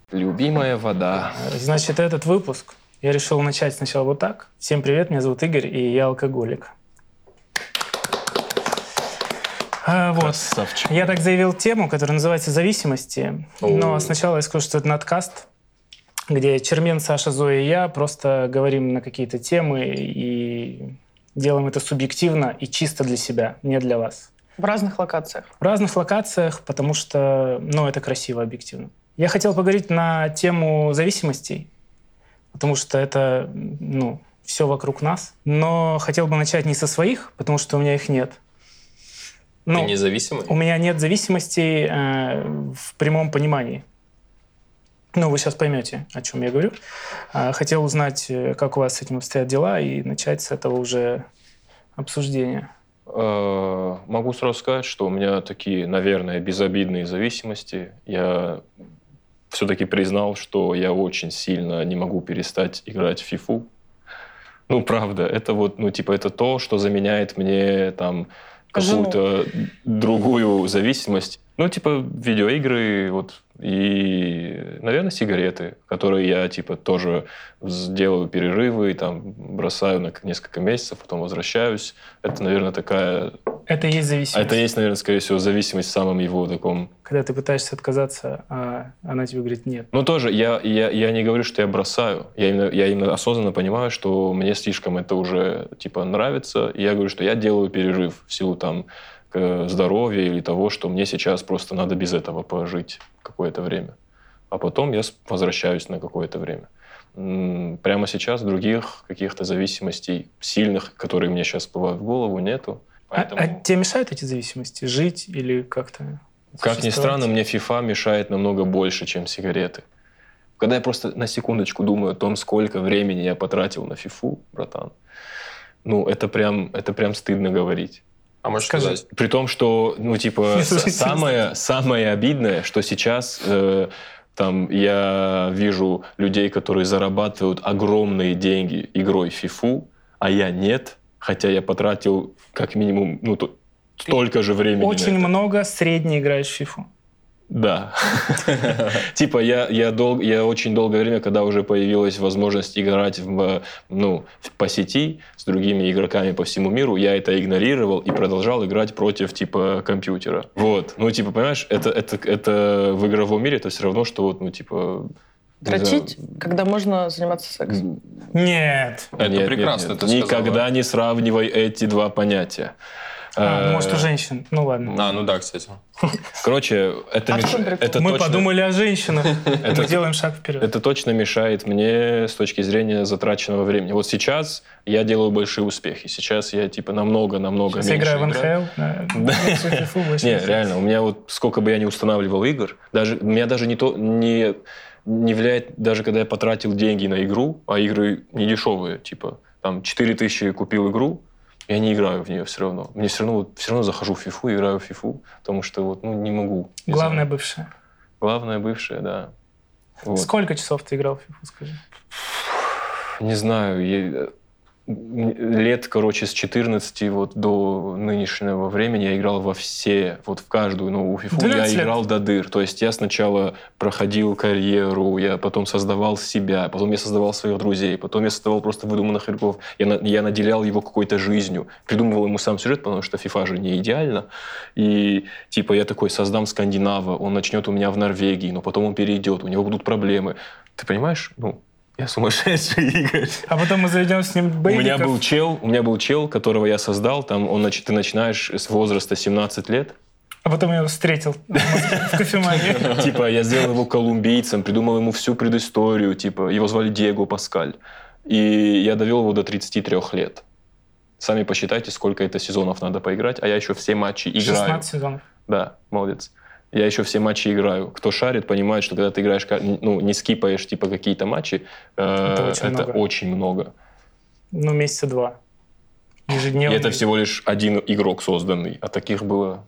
Любимая вода. Значит, этот выпуск я решил начать сначала вот так. Всем привет, меня зовут Игорь, и я алкоголик. Красавчик. Я так заявил тему, которая называется «Зависимости». Но сначала я скажу, что это надкаст, где Чермен, Саша, Зоя и я просто говорим на какие-то темы и делаем это субъективно и чисто для себя, не для вас. В разных локациях. В разных локациях, потому что, это красиво, объективно. Я хотел поговорить на тему зависимостей, потому что это, все вокруг нас. Но хотел бы начать не со своих, потому что у меня их нет. Ты независимый? У меня нет зависимостей в прямом понимании. Вы сейчас поймете, о чем я говорю. Хотел узнать, как у вас с этим обстоят дела, и начать с этого уже обсуждения. Могу сразу сказать, что у меня такие, наверное, безобидные зависимости. Я все-таки признал, что я очень сильно не могу перестать играть в фифу. Правда, это это то, что заменяет мне какую-то другую зависимость. Видеоигры, и, наверное, сигареты, которые я, тоже делаю перерывы, бросаю на несколько месяцев, потом возвращаюсь. Это, наверное, такая... Это и есть зависимость. Это есть, наверное, скорее всего, зависимость в самом его таком... Когда ты пытаешься отказаться, а она тебе говорит «нет». Тоже я не говорю, что я бросаю. Я именно осознанно понимаю, что мне слишком это уже, нравится. И я говорю, что я делаю перерыв в силу, здоровья или того, что мне сейчас просто надо без этого пожить какое-то время. А потом я возвращаюсь на какое-то время. Прямо сейчас других каких-то зависимостей сильных, которые мне сейчас всплывают в голову, нету. Поэтому... А тебе мешают эти зависимости? Жить или как-то... Как ни странно, мне FIFA мешает намного больше, чем сигареты. Когда я просто на секундочку думаю о том, сколько времени я потратил на FIFA, братан, это прям стыдно говорить. А можешь сказать? При том, что, самое обидное, что сейчас я вижу людей, которые зарабатывают огромные деньги игрой в FIFA, а я нет, хотя я потратил как минимум столько же времени. Очень много средне играешь в FIFA. Да. Я очень долгое время, когда уже появилась возможность играть по сети с другими игроками по всему миру, я это игнорировал и продолжал играть против компьютера. Понимаешь, это в игровом мире это все равно, что дрочить, когда можно заниматься сексом? Нет. Это прекрасно, ты сказала. Никогда не сравнивай эти два понятия. Может, у женщин. Ладно. Да, кстати. Короче, мы подумали о женщинах. Мы делаем шаг вперед. Это точно мешает мне с точки зрения затраченного времени. Вот сейчас я делаю большие успехи. Сейчас я намного меньше играю в НХЛ. Не, реально, у меня сколько бы я ни устанавливал игр, меня даже не влияет, даже когда я потратил деньги на игру, а игры не дешевые, 4000 купил игру, я не играю в нее все равно. Мне все равно захожу в фифу, играю в фифу, потому что не могу. Главная бывшая. Главная бывшая, да. Сколько часов ты играл в фифу, скажи? Не знаю. Лет, с 14 до нынешнего времени я играл во все, в каждую, в фифу я играл до дыр. То есть я сначала проходил карьеру, я потом создавал себя, потом я создавал своих друзей, потом я создавал просто выдуманных игроков. Я наделял его какой-то жизнью, придумывал ему сам сюжет, потому что FIFA же не идеально. И я такой создам скандинава, он начнет у меня в Норвегии, но потом он перейдет, у него будут проблемы. Ты понимаешь? Я сумасшедший, Игорь. А потом мы заведем с ним бейбиков. У меня был чел, которого я создал. Ты начинаешь с возраста 17 лет. А потом я его встретил в кофемании. Я сделал его колумбийцем, придумал ему всю предысторию. Его звали Диего Паскаль. И я довел его до 33 лет. Сами посчитайте, сколько это сезонов надо поиграть. А я еще все матчи играю. 16 сезонов. Да, молодец. Я еще все матчи играю. Кто шарит, понимает, что когда ты играешь, не скипаешь какие-то матчи, это очень много. Месяца 2. Ежедневно. И это всего лишь один игрок созданный, а таких было...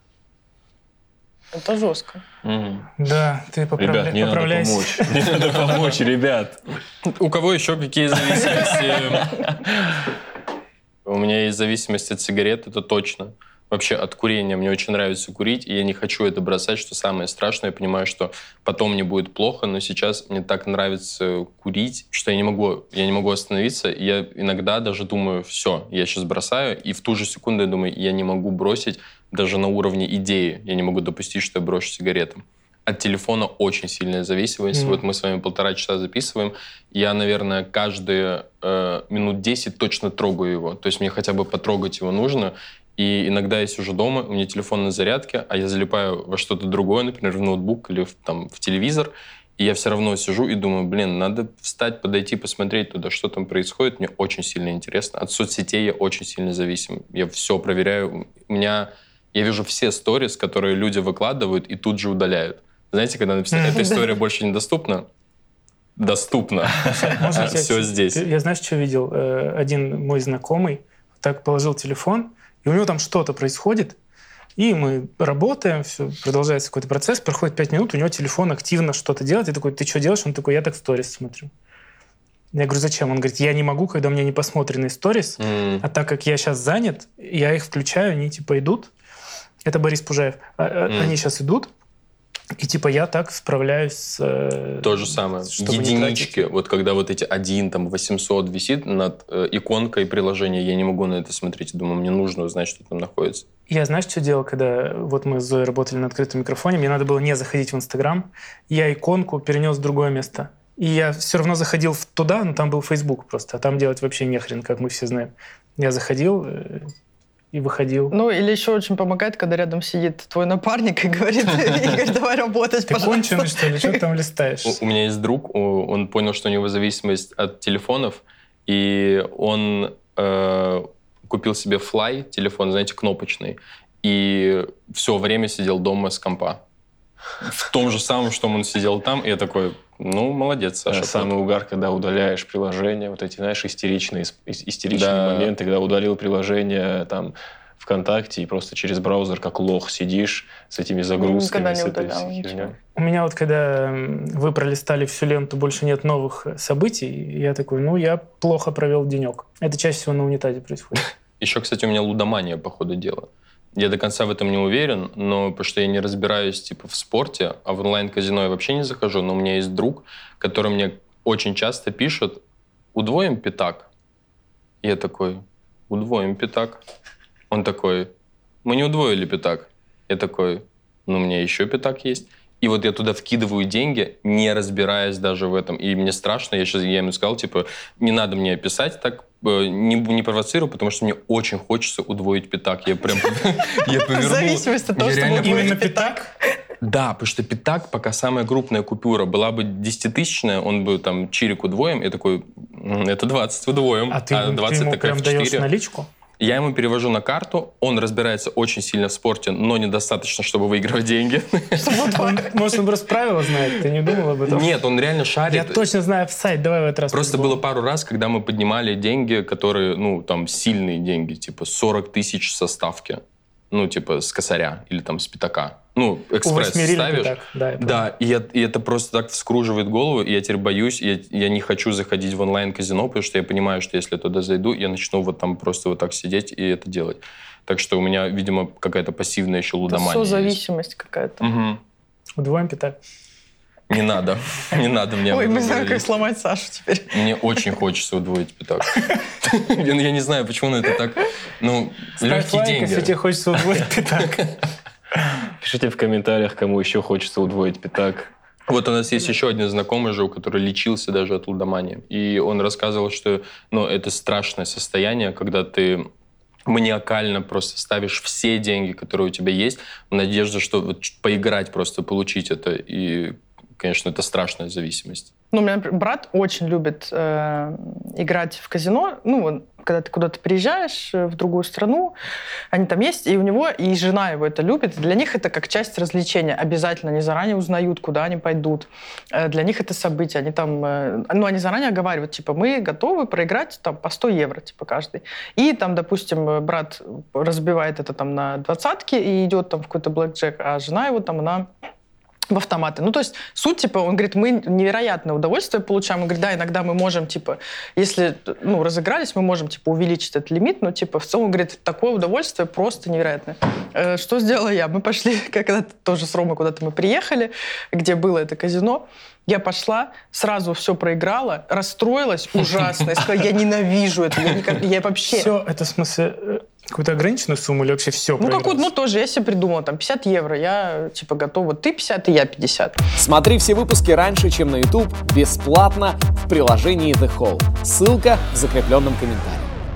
Это жестко. Да, ты поправляйся. Ребят, мне надо помочь. Мне надо помочь, ребят. У кого еще какие зависимости? У меня есть зависимость от сигарет, это точно. вообще от курения. Мне очень нравится курить, и я не хочу это бросать, что самое страшное. Я понимаю, что потом мне будет плохо, но сейчас мне так нравится курить, что я не могу остановиться. Я иногда даже думаю, все, я сейчас бросаю, и в ту же секунду я думаю, я не могу бросить даже на уровне идеи. Я не могу допустить, что я брошу сигареты. От телефона очень сильная зависимость. Вот мы с вами 1,5 часа записываем. Я, наверное, каждые минут 10 точно трогаю его. То есть мне хотя бы потрогать его нужно. И иногда я сижу дома, у меня телефон на зарядке, а я залипаю во что-то другое, например, в ноутбук или в телевизор. И я все равно сижу и думаю, надо встать, подойти, посмотреть туда, что там происходит. Мне очень сильно интересно. От соцсетей я очень сильно зависим. Я все проверяю. Я вижу все сторис, которые люди выкладывают и тут же удаляют. Знаете, когда написано, эта история больше недоступна? Доступна. Все здесь. Я знаешь, что видел? Один мой знакомый так положил телефон, и у него там что-то происходит, и мы работаем, все, продолжается какой-то процесс, проходит 5 минут, у него телефон активно что-то делает. Я такой, ты что делаешь? Он такой, я так сторис смотрю. Я говорю, зачем? Он говорит, я не могу, когда у меня не посмотрены сторис, а так как я сейчас занят, я их включаю, они типа идут. Это Борис Пужаев. Они сейчас идут. И типа я так справляюсь с... То же самое. Единички. Вот когда вот эти 800 висит над иконкой приложения, я не могу на это смотреть. Думаю, мне нужно узнать, что там находится. Я, знаешь, что делал, когда вот мы с Зоей работали на открытом микрофоне, мне надо было не заходить в Инстаграм, я иконку перенес в другое место. И я все равно заходил туда, но там был Facebook просто, а там делать вообще нехрен, как мы все знаем. Я заходил... и выходил. Ну, или еще очень помогает, когда рядом сидит твой напарник и говорит, Игорь, давай работать, пожалуйста. Ты конченый, что ли? Что ты там листаешь? У меня есть друг, он понял, что у него зависимость от телефонов, и он купил себе Fly, телефон, знаете, кнопочный, и все время сидел дома с компа. В том же самом, что он сидел там, и я такой... молодец, Саша. Самый угар, когда удаляешь приложение, вот эти, знаешь, истеричные моменты, когда удалил приложение там ВКонтакте и просто через браузер как лох сидишь с этими загрузками. Никогда не удалял ничего. У меня вот, когда вы пролистали всю ленту, больше нет новых событий, я такой, я плохо провел денек. Это чаще всего на унитазе происходит. Еще, кстати, у меня лудомания по ходу дела. Я до конца в этом не уверен, но потому что я не разбираюсь в спорте, а в онлайн-казино я вообще не захожу, но у меня есть друг, который мне очень часто пишет: удвоим пятак. Я такой: удвоим пятак. Он такой: мы не удвоили пятак. Я такой: у меня еще пятак есть. И вот я туда вкидываю деньги, не разбираясь даже в этом. И мне страшно, я ему сказал, не надо мне писать так, не провоцирую, потому что мне очень хочется удвоить пятак. Я прям повернул. Зависимость от того, что именно пятак? Да, потому что пятак, пока самая крупная купюра была бы 10-тысячная, он бы там чирик удвоим, я такой, это 20 удвоим, а 20 ты ему прям даешь наличку? Я ему перевожу на карту, он разбирается очень сильно в спорте, но недостаточно, чтобы выигрывать деньги. Может, он просто правила знает? Ты не думал об этом? Нет, он реально шарит. Я точно знаю офсайд, давай в этот раз. Просто было пару раз, когда мы поднимали деньги, которые, сильные деньги, 40 тысяч со ставки. С косаря или с пятака. Экспресс ставишь. Пятак. Да, и это просто так вскруживает голову, и я теперь боюсь, я не хочу заходить в онлайн-казино, потому что я понимаю, что если я туда зайду, я начну вот там просто вот так сидеть и это делать. Так что у меня, видимо, какая-то пассивная еще лудомания. Это созависимость какая-то. Угу. Удвоим пятак. Не надо мне. Ой, мы знаем, как сломать Сашу теперь. Мне очень хочется удвоить пятак. Я не знаю, почему, но это так... легкие деньги. Если тебе хочется удвоить пятак. Пишите в комментариях, кому еще хочется удвоить пятак. Вот у нас есть еще один знакомый же, который лечился даже от лудомании. И он рассказывал, что это страшное состояние, когда ты маниакально просто ставишь все деньги, которые у тебя есть, в надежде, что поиграть, просто получить это. И, конечно, это страшная зависимость. У меня брат очень любит играть в казино. Когда ты куда-то приезжаешь в другую страну, они там есть, и у него, и жена его это любит. Для них это как часть развлечения. Обязательно они заранее узнают, куда они пойдут. Для них это событие. Они там, они заранее оговаривают, мы готовы проиграть там по 100 евро, каждый. И там, допустим, брат разбивает это там на 20-ки и идет там в какой-то блэкджек, а жена его там, она в автоматы. Ну, то есть суть, типа, он говорит, мы невероятное удовольствие получаем. Он говорит, да, иногда мы можем, типа, если, ну, разыгрались, мы можем, типа, увеличить этот лимит, но, типа, в целом, он говорит, такое удовольствие просто невероятное. Что сделала я? Мы пошли, когда тоже с Ромой куда-то мы приехали, где было это казино. Я пошла, сразу все проиграла, расстроилась ужасно. Я сказала, я ненавижу это. Я вообще... Все, это в смысле какую-то ограниченную сумму или вообще все Ну, какую-то, ну, тоже я себе придумала, там, 50 евро. Я, типа, готова. Ты 50, и я 50. Смотри все выпуски раньше, чем на YouTube, бесплатно в приложении The Hall. Ссылка в закрепленном комментарии.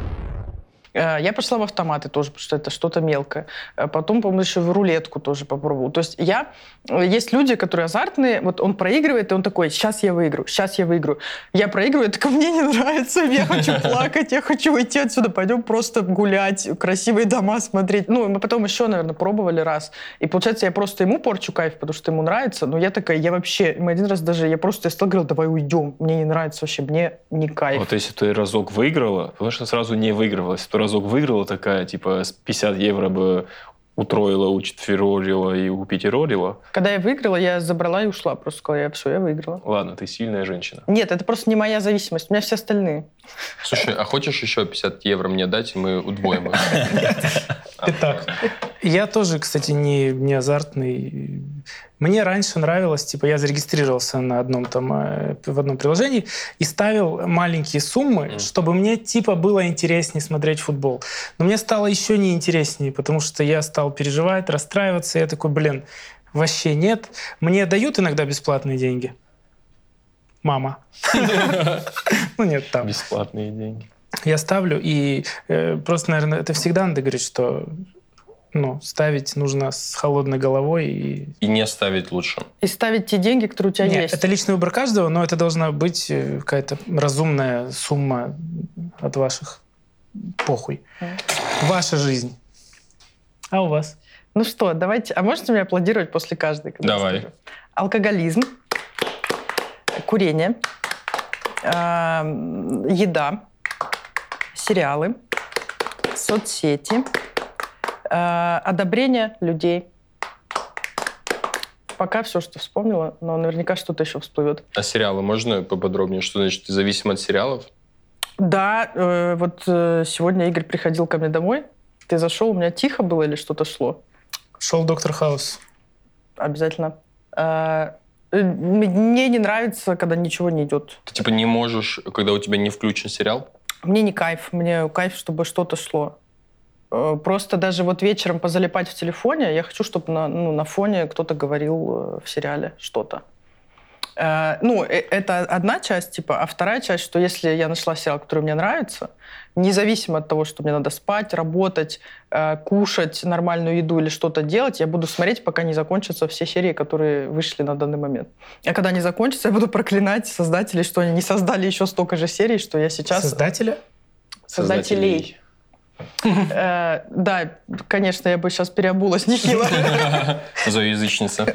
Я пошла в автоматы тоже, потому что это что-то мелкое. Потом, по-моему, еще в рулетку тоже попробовала. То есть есть люди, которые азартные, вот он проигрывает, и он такой, сейчас я выиграю, сейчас я выиграю. Я проигрываю, так мне не нравится, я хочу плакать, я хочу уйти отсюда, пойдем просто гулять, красивые дома смотреть. Ну, мы потом еще, наверное, пробовали раз. И получается, я просто ему порчу кайф, потому что ему нравится, но я такая, я вообще, мы один раз даже, я стала говорить, давай уйдем, мне не нравится вообще, мне не кайф. Вот если ты разок выиграла, потому что сразу не выигрывала, если ты разок выиграла такая, типа, с 50 евро бы утроила, учетверорила и упятирорила. Когда я выиграла, я забрала и ушла. Просто сказала, я выиграла. Ладно, ты сильная женщина. Нет, это просто не моя зависимость. У меня все остальные. Слушай, а хочешь еще 50 евро мне дать, и мы удвоим их? Итак, я тоже, кстати, не азартный. Мне раньше нравилось, типа, я зарегистрировался в одном приложении и ставил маленькие суммы, чтобы мне, типа, было интереснее смотреть футбол. Но мне стало еще неинтереснее, потому что я стал переживать, расстраиваться. Я такой, вообще нет. Мне дают иногда бесплатные деньги. Мама. Ну нет, там. Бесплатные деньги. Я ставлю, и просто, наверное, это всегда надо говорить, что ставить нужно с холодной головой. И не ставить лучше. И ставить те деньги, которые у тебя Нет, есть. это личный выбор каждого, но это должна быть какая-то разумная сумма от ваших. Похуй. Ваша жизнь. А у вас? Ну что, давайте. А можете мне аплодировать после каждой? Давай. Скажу? Алкоголизм, курение, еда, сериалы, соцсети, одобрение людей. Пока все, что вспомнила, но наверняка что-то еще всплывет. А сериалы можно поподробнее? Что значит, ты зависим от сериалов? Да, вот сегодня Игорь приходил ко мне домой. Ты зашел, у меня тихо было или что-то шло? Шел Доктор Хаус. Обязательно. Мне не нравится, когда ничего не идет. Ты типа не можешь, когда у тебя не включен сериал? Мне не кайф. Мне кайф, чтобы что-то шло. Просто даже вот вечером позалипать в телефоне, я хочу, чтобы на фоне кто-то говорил в сериале что-то. Это одна часть, типа, а вторая часть, что если я нашла сериал, который мне нравится, независимо от того, что мне надо спать, работать, кушать нормальную еду или что-то делать, я буду смотреть, пока не закончатся все серии, которые вышли на данный момент. А когда они закончатся, я буду проклинать создателей, что они не создали еще столько же серий, что я сейчас... Создателя? Создателей. Да, конечно, я бы сейчас переобулась нехило. Зооязычница.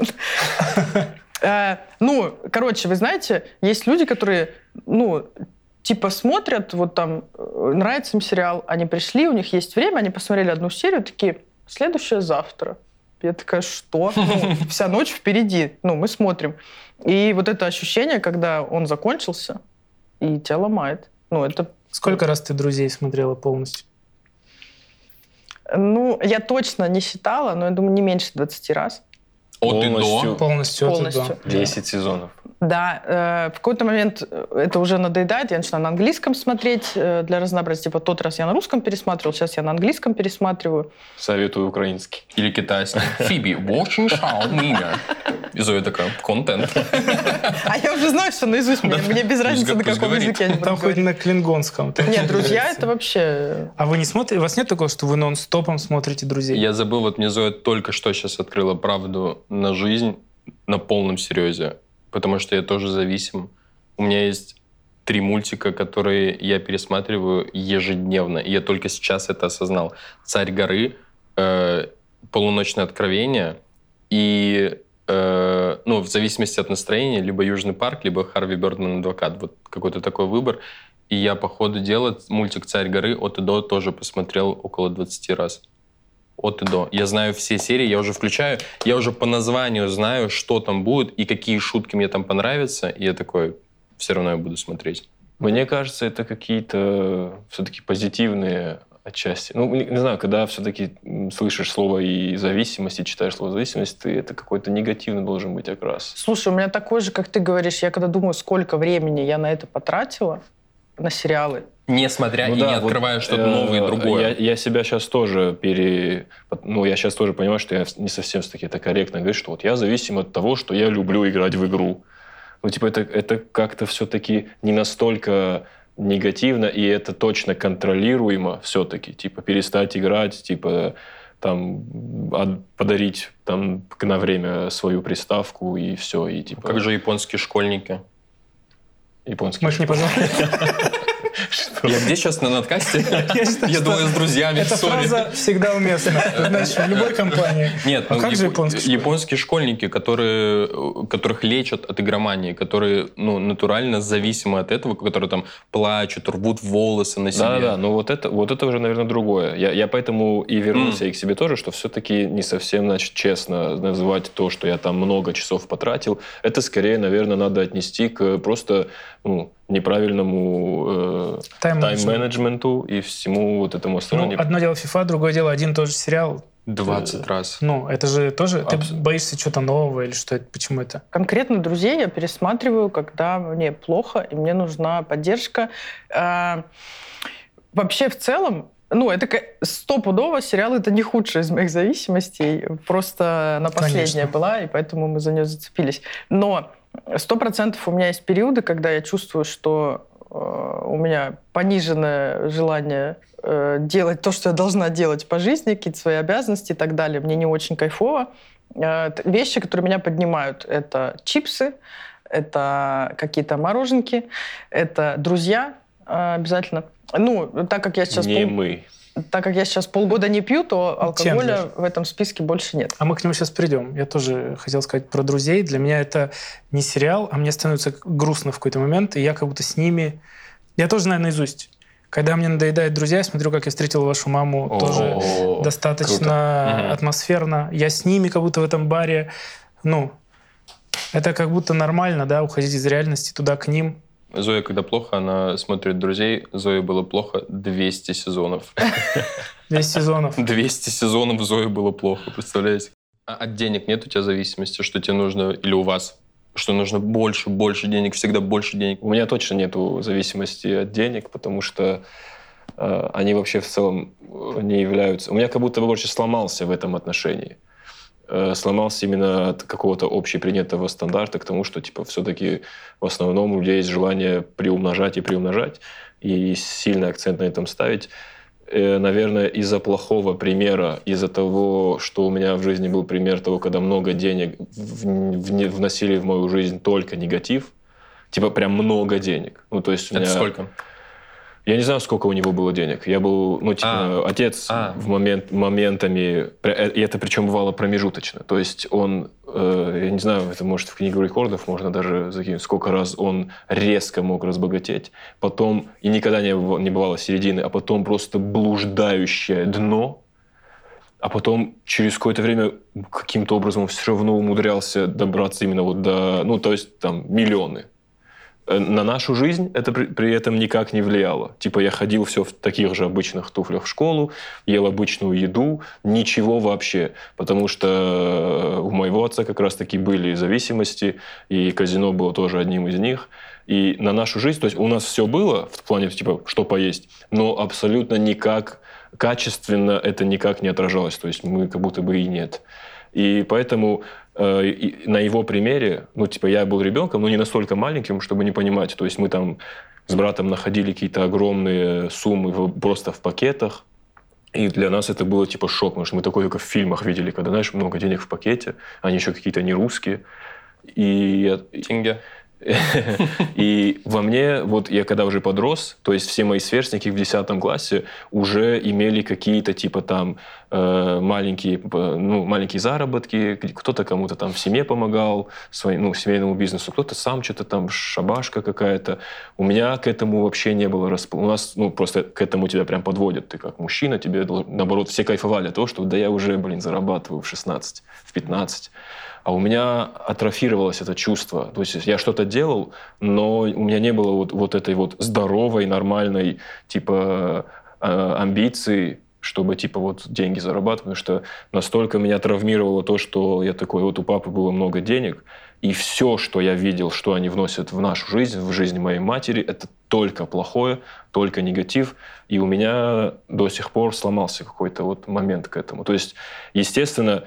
Короче, вы знаете, есть люди, которые, типа смотрят, вот там, нравится им сериал, они пришли, у них есть время, они посмотрели одну серию, такие, следующая завтра. Я такая, что? Вся ночь впереди, мы смотрим. И вот это ощущение, когда он закончился, и тебя ломает. Это... Сколько раз ты «Друзей» смотрела полностью? Я точно не считала, но я думаю, не меньше 20 раз. От и до? Полностью. 10 сезонов. Да, в какой-то момент это уже надоедает, я начинаю на английском смотреть для разнообразия. Типа тот раз я на русском пересматривал, сейчас я на английском пересматриваю. Советую украинский. Или китайский. Фиби, watching show меня. И Зоя такая, контент. А я уже знаю, что наизусть, мне без разницы, на каком языке они будут там хоть на клингонском. Нет, «Друзья» — это вообще... А вы не смотрите? У вас нет такого, что вы нон-стопом смотрите «Друзей»? Я забыл, вот мне Зоя только что сейчас открыла правду на жизнь на полном серьезе. Потому что я тоже зависим. У меня есть 3 мультика, которые я пересматриваю ежедневно. И я только сейчас это осознал. «Царь горы», «Полуночное откровение» и, в зависимости от настроения, либо «Южный парк», либо «Харви Бёрдман. Адвокат». Вот какой-то такой выбор. И я по ходу дела мультик «Царь горы» от и до тоже посмотрел около 20 раз. от и до. Я знаю все серии, я уже включаю, я уже по названию знаю, что там будет и какие шутки мне там понравятся, и я такой, все равно я буду смотреть. Мне кажется, это какие-то все-таки позитивные отчасти. Ну, не знаю, когда все-таки слышишь слово и зависимость, и читаешь слово зависимость, это какой-то негативный должен быть окрас. Слушай, у меня такой же, как ты говоришь, я когда думаю, сколько времени я на это потратила, на сериалы. Не смотря и не открывая что-то новое и другое. Я себя сейчас тоже я сейчас тоже понимаю, что я не совсем таки это корректно говорю, что вот я зависим от того, что я люблю играть в игру. Ну, типа, это как-то все-таки не настолько негативно, и это точно контролируемо все-таки. Типа, перестать играть, типа, там, подарить там на время свою приставку, и все. И, типа... Как же японские школьники? Мы ж не позвали. Я где сейчас на надкасте? Я думаю, с друзьями. Эта фраза всегда уместна. Знаешь, в любой компании. Нет, как же японские школьники, которых лечат от игромании, которые натурально зависимы от этого, которые там плачут, рвут волосы на себе. Да, но вот это уже, наверное, другое. Я поэтому и вернулся и к себе тоже, что все-таки не совсем, значит, честно называть то, что я там много часов потратил. Это скорее, наверное, надо отнести к просто неправильному тайм-менеджменту и всему вот этому остальному. Одно дело FIFA, другое дело один и тот же сериал. 20 раз. Это же тоже... Ты боишься чего-то нового или что это? Почему это? Конкретно «Друзей» я пересматриваю, когда мне плохо и мне нужна поддержка. Вообще, в целом, это стопудово сериал — это не худший из моих зависимостей. Просто она последняя была, и поэтому мы за нее зацепились. Но 100% у меня есть периоды, когда я чувствую, что у меня пониженное желание делать то, что я должна делать по жизни, какие-то свои обязанности и так далее. Мне не очень кайфово. Вещи, которые меня поднимают, это чипсы, это какие-то мороженки, это друзья обязательно. Так как я сейчас... Так как я сейчас полгода не пью, то алкоголя в этом списке больше нет. А мы к нему сейчас придем. Я тоже хотел сказать про «Друзей». Для меня это не сериал, а мне становится грустно в какой-то момент, и я как будто с ними... Я тоже знаю наизусть. Когда мне надоедают «Друзья», я смотрю, как я встретил вашу маму, тоже достаточно атмосферно. Я с ними как будто в этом баре. Это как будто нормально, да, уходить из реальности туда к ним. Зоя, когда плохо, она смотрит «Друзей». Зое было плохо 200 сезонов. 200 сезонов. 200 сезонов Зое было плохо, представляете? А от денег нет у тебя зависимости, что тебе нужно, или у вас, что нужно больше денег, всегда больше денег? У меня точно нету зависимости от денег, потому что они вообще в целом не являются... У меня как будто бы больше сломался в этом отношении. Сломался именно от какого-то общепринятого стандарта к тому, что все-таки в основном у людей есть желание приумножать, и сильный акцент на этом ставить. Наверное, из-за плохого примера, из-за того, что у меня в жизни был пример того, когда много денег вносили в мою жизнь только негатив, прям много денег. То есть это сколько? Я не знаю, сколько у него было денег. Я был, отец моментами, и это причем бывало промежуточно. То есть он, я не знаю, это может в книгу рекордов можно даже закинуть, сколько раз он резко мог разбогатеть, потом, и никогда не бывало середины, а потом просто блуждающее дно, а потом через какое-то время каким-то образом все равно умудрялся добраться именно до, то есть там миллионы. На нашу жизнь это при этом никак не влияло. Я ходил все в таких же обычных туфлях в школу, ел обычную еду, ничего вообще. Потому что у моего отца как раз-таки были зависимости, и казино было тоже одним из них. И на нашу жизнь, то есть у нас все было в плане, что поесть, но абсолютно никак, качественно это никак не отражалось. То есть мы как будто бы и нет. И поэтому на его примере, я был ребенком, но не настолько маленьким, чтобы не понимать. То есть мы там с братом находили какие-то огромные суммы просто в пакетах. И для нас это было шок, потому что мы такое только в фильмах видели, когда, знаешь, много денег в пакете, они еще какие-то не русские. Тенге. И во мне, я когда уже подрос, то есть все мои сверстники в 10 классе уже имели какие-то маленькие заработки, кто-то кому-то там в семье помогал, семейному бизнесу, кто-то сам что-то там, шабашка какая-то. У меня к этому вообще не было у нас, просто к этому тебя прям подводят. Ты как мужчина, тебе, наоборот, все кайфовали от того, что да я уже, зарабатываю в 16, в 15. А у меня атрофировалось это чувство. То есть я что-то делал, но у меня не было вот этой вот здоровой, нормальной, амбиции, чтобы, деньги зарабатывать. Потому что настолько меня травмировало то, что я такой, у папы было много денег, и все, что я видел, что они вносят в нашу жизнь, в жизнь моей матери, это только плохое, только негатив. И у меня до сих пор сломался какой-то момент к этому. То есть, естественно,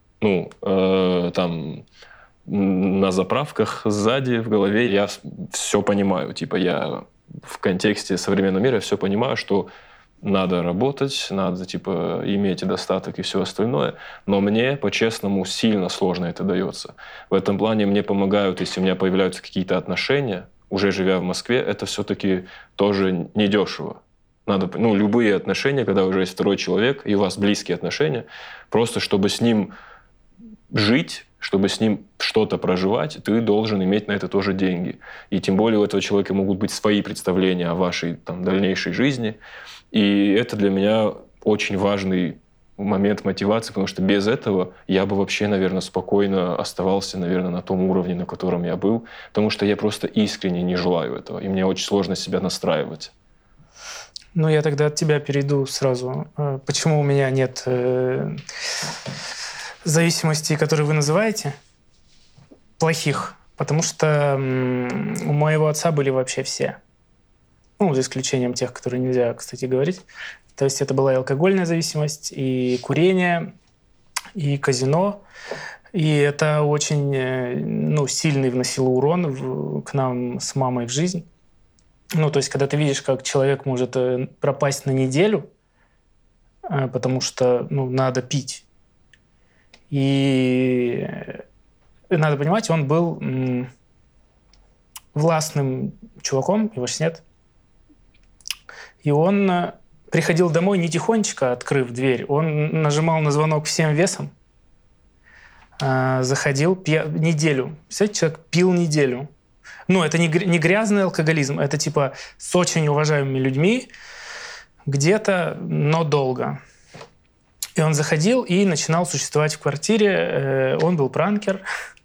на заправках сзади в голове я все понимаю. Я в контексте современного мира все понимаю, что надо работать, надо иметь достаток и все остальное. Но мне, по-честному, сильно сложно это дается. В этом плане мне помогают, если у меня появляются какие-то отношения, уже живя в Москве, это все-таки тоже недешево. Надо, любые отношения, когда уже есть второй человек, и у вас близкие отношения, просто чтобы с ним жить, чтобы с ним что-то проживать, ты должен иметь на это тоже деньги. И тем более у этого человека могут быть свои представления о вашей дальнейшей жизни. И это для меня очень важный момент мотивации, потому что без этого я бы вообще, наверное, спокойно оставался, наверное, на том уровне, на котором я был, потому что я просто искренне не желаю этого, и мне очень сложно себя настраивать. Я тогда от тебя перейду сразу. Почему у меня нет зависимостей, которые вы называете, плохих? Потому что у моего отца были вообще все. За исключением тех, которые нельзя, кстати, говорить. То есть это была и алкогольная зависимость, и курение, и казино. И это очень сильный вносило урон к нам с мамой в жизнь. То есть когда ты видишь, как человек может пропасть на неделю, потому что надо пить. И надо понимать, он был властным чуваком, его сейчас нет. И он приходил домой не тихонечко, открыв дверь. Он нажимал на звонок всем весом, заходил, неделю. Представляете, человек пил неделю. Это не грязный алкоголизм, это с очень уважаемыми людьми где-то, но долго. И он заходил и начинал существовать в квартире. Он был пранкер.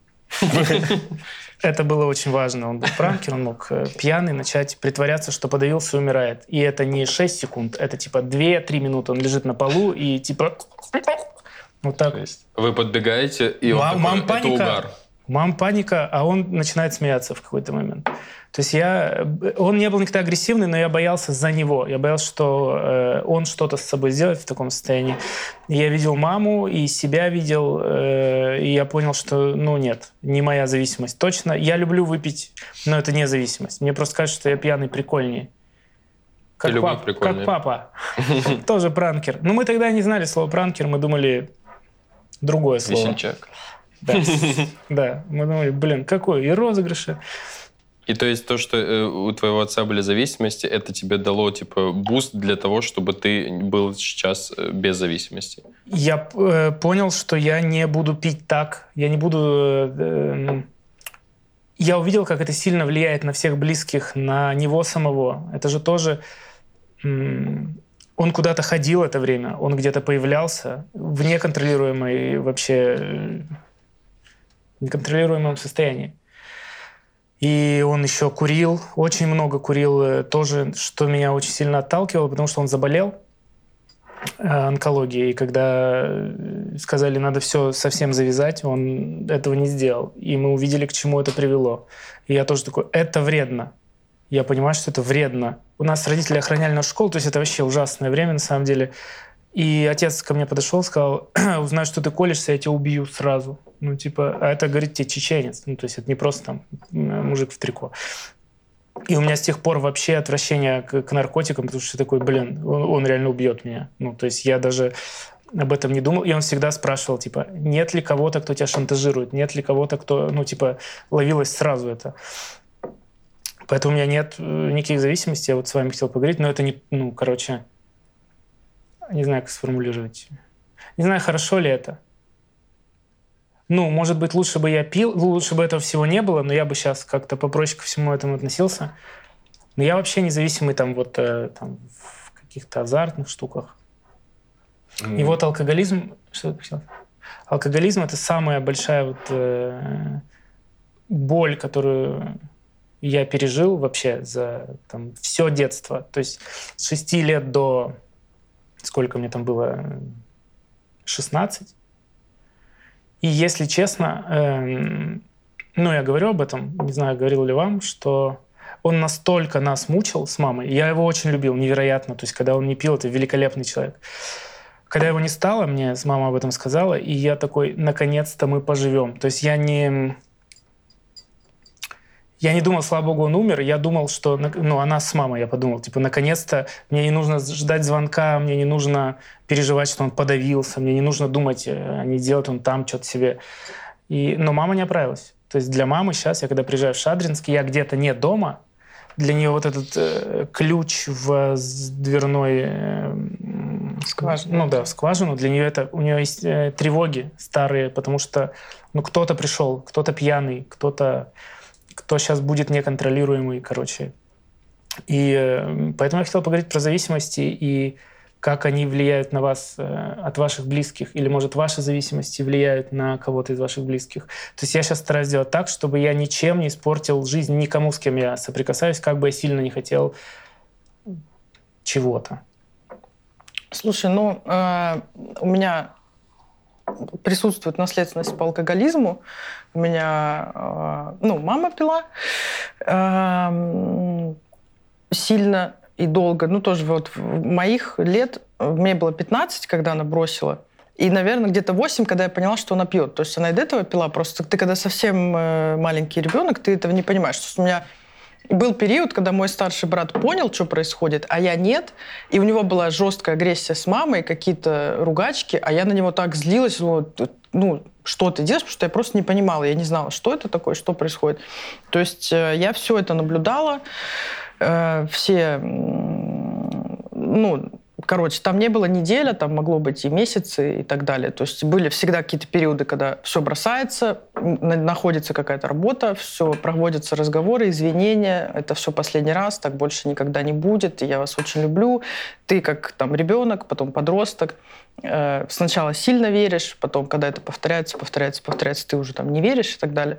Это было очень важно. Он был пранкер, он мог пьяный начать притворяться, что подавился и умирает. И это не 6 секунд, это 2-3 минуты. Он лежит на полу и вот так. Вы подбегаете, и он такой, это угар. Паника, а он начинает смеяться в какой-то момент. То есть он не был никогда агрессивный, но я боялся за него. Я боялся, что он что-то с собой сделает в таком состоянии. Я видел маму и себя видел, и я понял, что, нет, не моя зависимость. Точно, я люблю выпить, но это не зависимость. Мне просто кажется, что я пьяный прикольнее. Как папа. Тоже пранкер. Но мы тогда не знали слово пранкер, мы думали другое слово. Весельчак. Да, мы думали, какой, и розыгрыши. И то есть то, что у твоего отца были зависимости, это тебе дало буст для того, чтобы ты был сейчас без зависимости? Я понял, что я не буду пить так, я не буду... Я увидел, как это сильно влияет на всех близких, на него самого. Это же тоже... Он куда-то ходил это время, он где-то появлялся в неконтролируемой вообще... неконтролируемом состоянии. И он еще курил, очень много курил, тоже, что меня очень сильно отталкивало, потому что он заболел онкологией, и когда сказали, надо все совсем завязать, он этого не сделал. И мы увидели, к чему это привело. И я тоже такой, это вредно. Я понимаю, что это вредно. У нас родители охраняли нашу школу, то есть это вообще ужасное время на самом деле. И отец ко мне подошел, сказал, узнай, что ты колешься, я тебя убью сразу. А это, говорит, тебе чеченец. То есть это не просто мужик в трико. И у меня с тех пор вообще отвращение к наркотикам, потому что такой, он реально убьет меня. То есть я даже об этом не думал. И он всегда спрашивал, нет ли кого-то, кто тебя шантажирует, нет ли кого-то, кто, ловилось сразу это. Поэтому у меня нет никаких зависимостей. Я с вами хотел поговорить, но это не, не знаю, как сформулировать. Не знаю, хорошо ли это. Ну, может быть, лучше бы я пил, лучше бы этого всего не было, но я бы сейчас как-то попроще ко всему этому относился. Но я вообще независимый там вот там, в каких-то азартных штуках. И вот алкоголизм... Что ты хотел? Алкоголизм — это самая большая вот, боль, которую я пережил вообще за там, все детство. То есть с 6 лет до... Сколько мне там было? 16. И если честно, ну, я говорю об этом, не знаю, говорил ли вам, что он настолько нас мучил с мамой. Я его очень любил, невероятно. То есть когда он не пил, это великолепный человек. Когда его не стало, мне мама об этом сказала, и я такой, наконец-то мы поживем. То есть я не думал, слава богу, он умер. Я думал, что... Ну, она с мамой, я подумал, типа, наконец-то мне не нужно ждать звонка, мне не нужно переживать, что он подавился, мне не нужно думать, а не делать он там что-то себе. Но мама не оправилась. То есть для мамы сейчас, я когда приезжаю в Шадринск, я где-то не дома, для нее вот этот ключ в дверной... Скважину. Ну да, в скважину. Для нее у нее есть тревоги старые, потому что кто-то пришел, кто-то пьяный, кто сейчас будет неконтролируемый, короче. И поэтому я хотел поговорить про зависимости и как они влияют на вас от ваших близких, или, может, ваши зависимости влияют на кого-то из ваших близких. То есть я сейчас стараюсь сделать так, чтобы я ничем не испортил жизнь никому, с кем я соприкасаюсь, как бы я сильно не хотел чего-то. Слушай, ну, у меня присутствует наследственность по алкоголизму. У меня, мама пила сильно и долго. Ну, тоже вот в моих лет, мне было 15, когда она бросила. И, наверное, где-то 8, когда я поняла, что она пьет. То есть она и до этого пила. Просто ты, когда совсем маленький ребенок, ты этого не понимаешь. То есть у меня был период, когда мой старший брат понял, что происходит, а я нет. И у него была жесткая агрессия с мамой, какие-то ругачки, а я на него так злилась, что ты делаешь, потому что я просто не понимала, я не знала, что это такое, что происходит. То есть я все это наблюдала, там не было неделя, там могло быть и месяцы и так далее. То есть были всегда какие-то периоды, когда все бросается, находится какая-то работа, все проводятся разговоры, извинения, это все последний раз, так больше никогда не будет, и я вас очень люблю. Ты как там ребенок, потом подросток. Сначала сильно веришь, потом, когда это повторяется, ты уже там не веришь и так далее.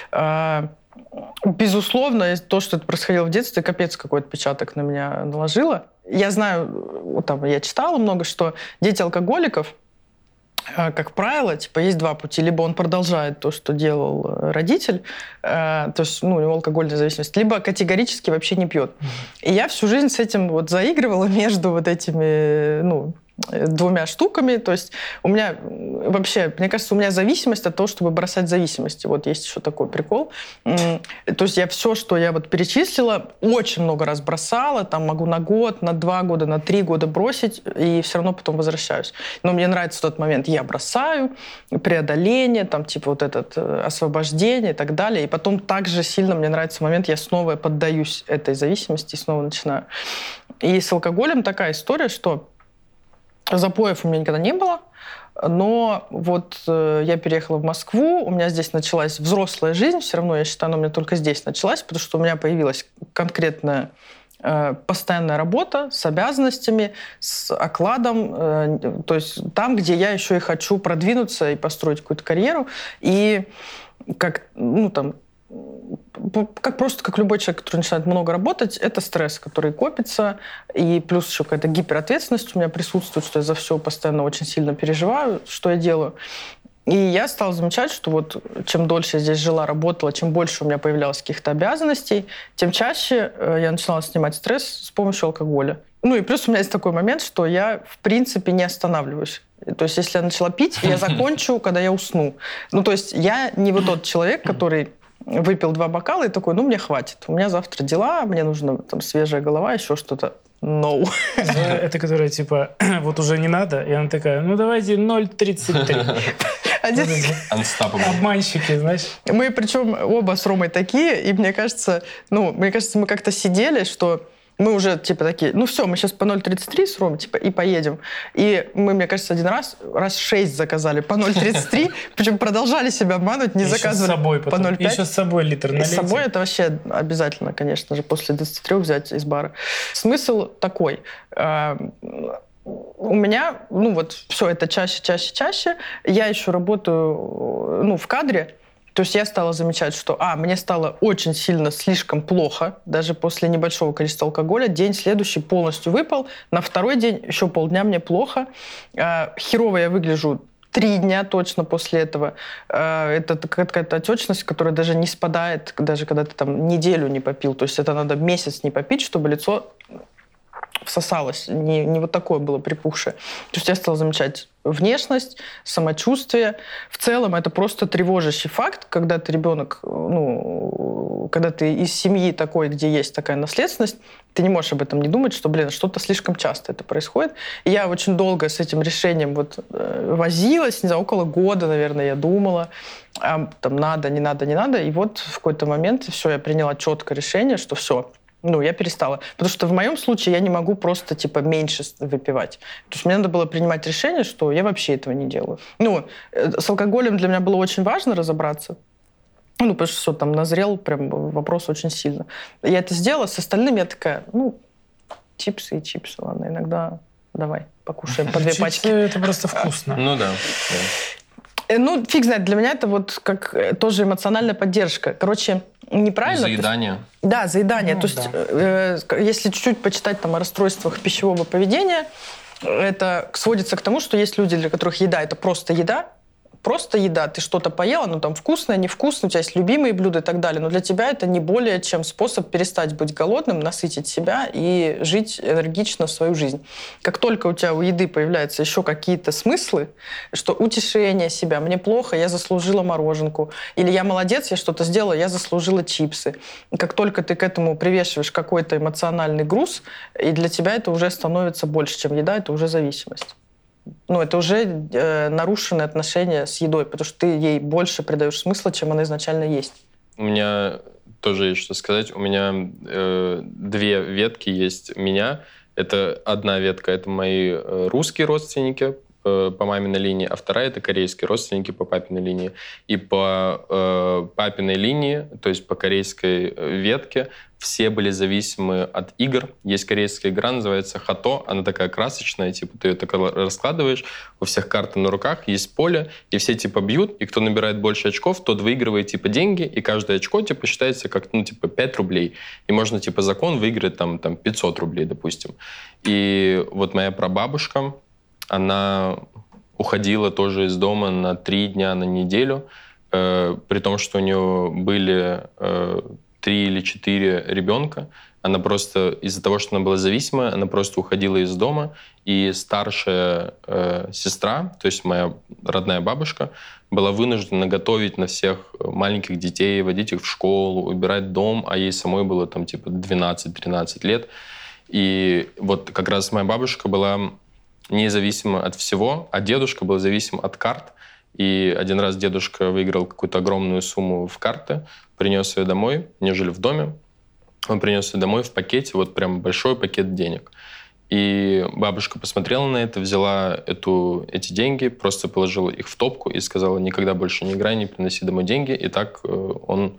Безусловно, то, что это происходило в детстве, капец какой отпечаток на меня наложило. Я знаю, я читала много, что дети алкоголиков, как правило, есть два пути. Либо он продолжает то, что делал родитель, то есть у него алкогольная зависимость, либо категорически вообще не пьет. И я всю жизнь с этим заигрывала между вот этими, двумя штуками. То есть у меня вообще, мне кажется, у меня зависимость от того, чтобы бросать зависимости. Вот есть еще такой прикол. То есть я все, что я перечислила, очень много раз бросала. Там могу на год, на 2 года, на 3 года бросить, и все равно потом возвращаюсь. Но мне нравится тот момент, я бросаю, преодоление, освобождение и так далее. И потом также сильно мне нравится момент, я снова поддаюсь этой зависимости и снова начинаю. И с алкоголем такая история, что запоев у меня никогда не было, но я переехала в Москву, у меня здесь началась взрослая жизнь, все равно, я считаю, она у меня только здесь началась, потому что у меня появилась конкретная постоянная работа с обязанностями, с окладом, то есть там, где я еще и хочу продвинуться и построить какую-то карьеру, и как любой человек, который начинает много работать, это стресс, который копится, и плюс еще какая-то гиперответственность у меня присутствует, что я за все постоянно очень сильно переживаю, что я делаю. И я стала замечать, что чем дольше я здесь жила, работала, чем больше у меня появлялось каких-то обязанностей, тем чаще я начинала снимать стресс с помощью алкоголя. И плюс у меня есть такой момент, что я, в принципе, не останавливаюсь. То есть если я начала пить, я закончу, когда я усну. То есть я не тот человек, который выпил 2 бокала и такой, мне хватит. У меня завтра дела, мне нужна свежая голова, еще что-то. No. Это которая уже не надо, и она такая, давайте 0,33. Обманщики, знаешь. Мы причем оба с Ромой такие, и мне кажется, мы как-то сидели, что Мы уже, типа, такие, ну все, мы сейчас по 0,33 срубим, типа, и поедем. И мы, мне кажется, один раз 6 заказали по 0,33, причем продолжали себя обманывать, не заказывали по 0,5. Еще с собой литр налейте. С собой это вообще обязательно, конечно же, после 23 взять из бара. Смысл такой. У меня, ну вот, все это чаще. Я еще работаю, ну, в кадре. То есть я стала замечать, что, мне стало очень сильно слишком плохо, даже после небольшого количества алкоголя. День следующий полностью выпал. На второй день еще полдня мне плохо. Херово я выгляжу 3 дня точно после этого. Это какая-то отечность, которая даже не спадает, даже когда ты там неделю не попил. То есть это надо месяц не попить, чтобы лицо всосалось. Не вот такое было припухшее. То есть я стала замечать внешность, самочувствие. В целом это просто тревожащий факт, когда ты ребенок, ну, когда ты из семьи такой, где есть такая наследственность, ты не можешь об этом не думать, что, что-то слишком часто это происходит. И я очень долго с этим решением возилась, не знаю, около года, наверное, я думала, там надо, не надо, не надо. И вот в какой-то момент все, я приняла четкое решение, что все, я перестала. Потому что в моем случае я не могу просто, меньше выпивать. То есть мне надо было принимать решение, что я вообще этого не делаю. С алкоголем для меня было очень важно разобраться. Потому что все там назрел прям вопрос очень сильно. Я это сделала. С остальным я такая, чипсы и чипсы, ладно, иногда давай покушаем по 2 пачки. Это просто вкусно. Ну да. Фиг знает, для меня это вот как тоже эмоциональная поддержка. Короче, неправильно. Заедание. Да, заедание. То есть, если чуть-чуть почитать там о расстройствах пищевого поведения, это сводится к тому, что есть люди, для которых еда — это просто еда. Просто еда. Ты что-то поела, там вкусное, невкусное, у тебя есть любимые блюда и так далее. Но для тебя это не более чем способ перестать быть голодным, насытить себя и жить энергично свою жизнь. Как только у тебя у еды появляются еще какие-то смыслы, что утешение себя, мне плохо, я заслужила мороженку, или я молодец, я что-то сделала, я заслужила чипсы. Как только ты к этому привешиваешь какой-то эмоциональный груз, и для тебя это уже становится больше, чем еда, это уже зависимость. Это уже нарушенные отношения с едой, потому что ты ей больше придаешь смысла, чем она изначально есть. У меня тоже есть что сказать. У меня 2 ветки есть меня. Это одна ветка, это мои русские родственники по маминой линии, а вторая — это корейские родственники по папиной линии. И по папиной линии, то есть по корейской ветке, все были зависимы от игр. Есть корейская игра, называется хато. Она такая красочная, ты ее так раскладываешь, у всех карты на руках, есть поле, и все бьют, и кто набирает больше очков, тот выигрывает деньги, и каждое очко считается как 5 рублей. И можно закон выиграть там 500 рублей, допустим. И вот моя прабабушка, она уходила тоже из дома на 3 дня, на неделю, при том, что у нее были 3 или 4 ребенка. Она просто из-за того, что она была зависимая, она просто уходила из дома. И старшая сестра, то есть моя родная бабушка, была вынуждена готовить на всех маленьких детей, водить их в школу, убирать дом, а ей самой было 12-13 лет. И вот как раз моя бабушка была независима от всего, а дедушка был зависим от карт. И один раз дедушка выиграл какую-то огромную сумму в карты, принес ее домой, они жили в доме, он принес ее домой в пакете, прям большой пакет денег. И бабушка посмотрела на это, взяла эти деньги, просто положила их в топку и сказала: никогда больше не играй, не приноси домой деньги. И так он,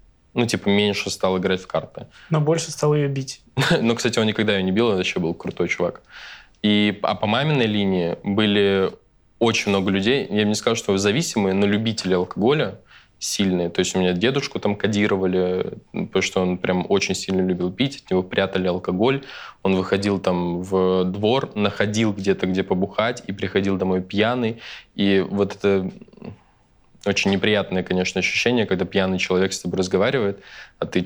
меньше стал играть в карты. Но больше стал ее бить. Ну, кстати, он никогда ее не бил, он вообще был крутой чувак. А по маминой линии были очень много людей, я бы не сказал, что зависимые, но любители алкоголя сильные. То есть у меня дедушку кодировали, потому что он прям очень сильно любил пить, от него прятали алкоголь. Он выходил в двор, находил где-то, где побухать, и приходил домой пьяный. И вот это очень неприятное, конечно, ощущение, когда пьяный человек с тобой разговаривает, а ты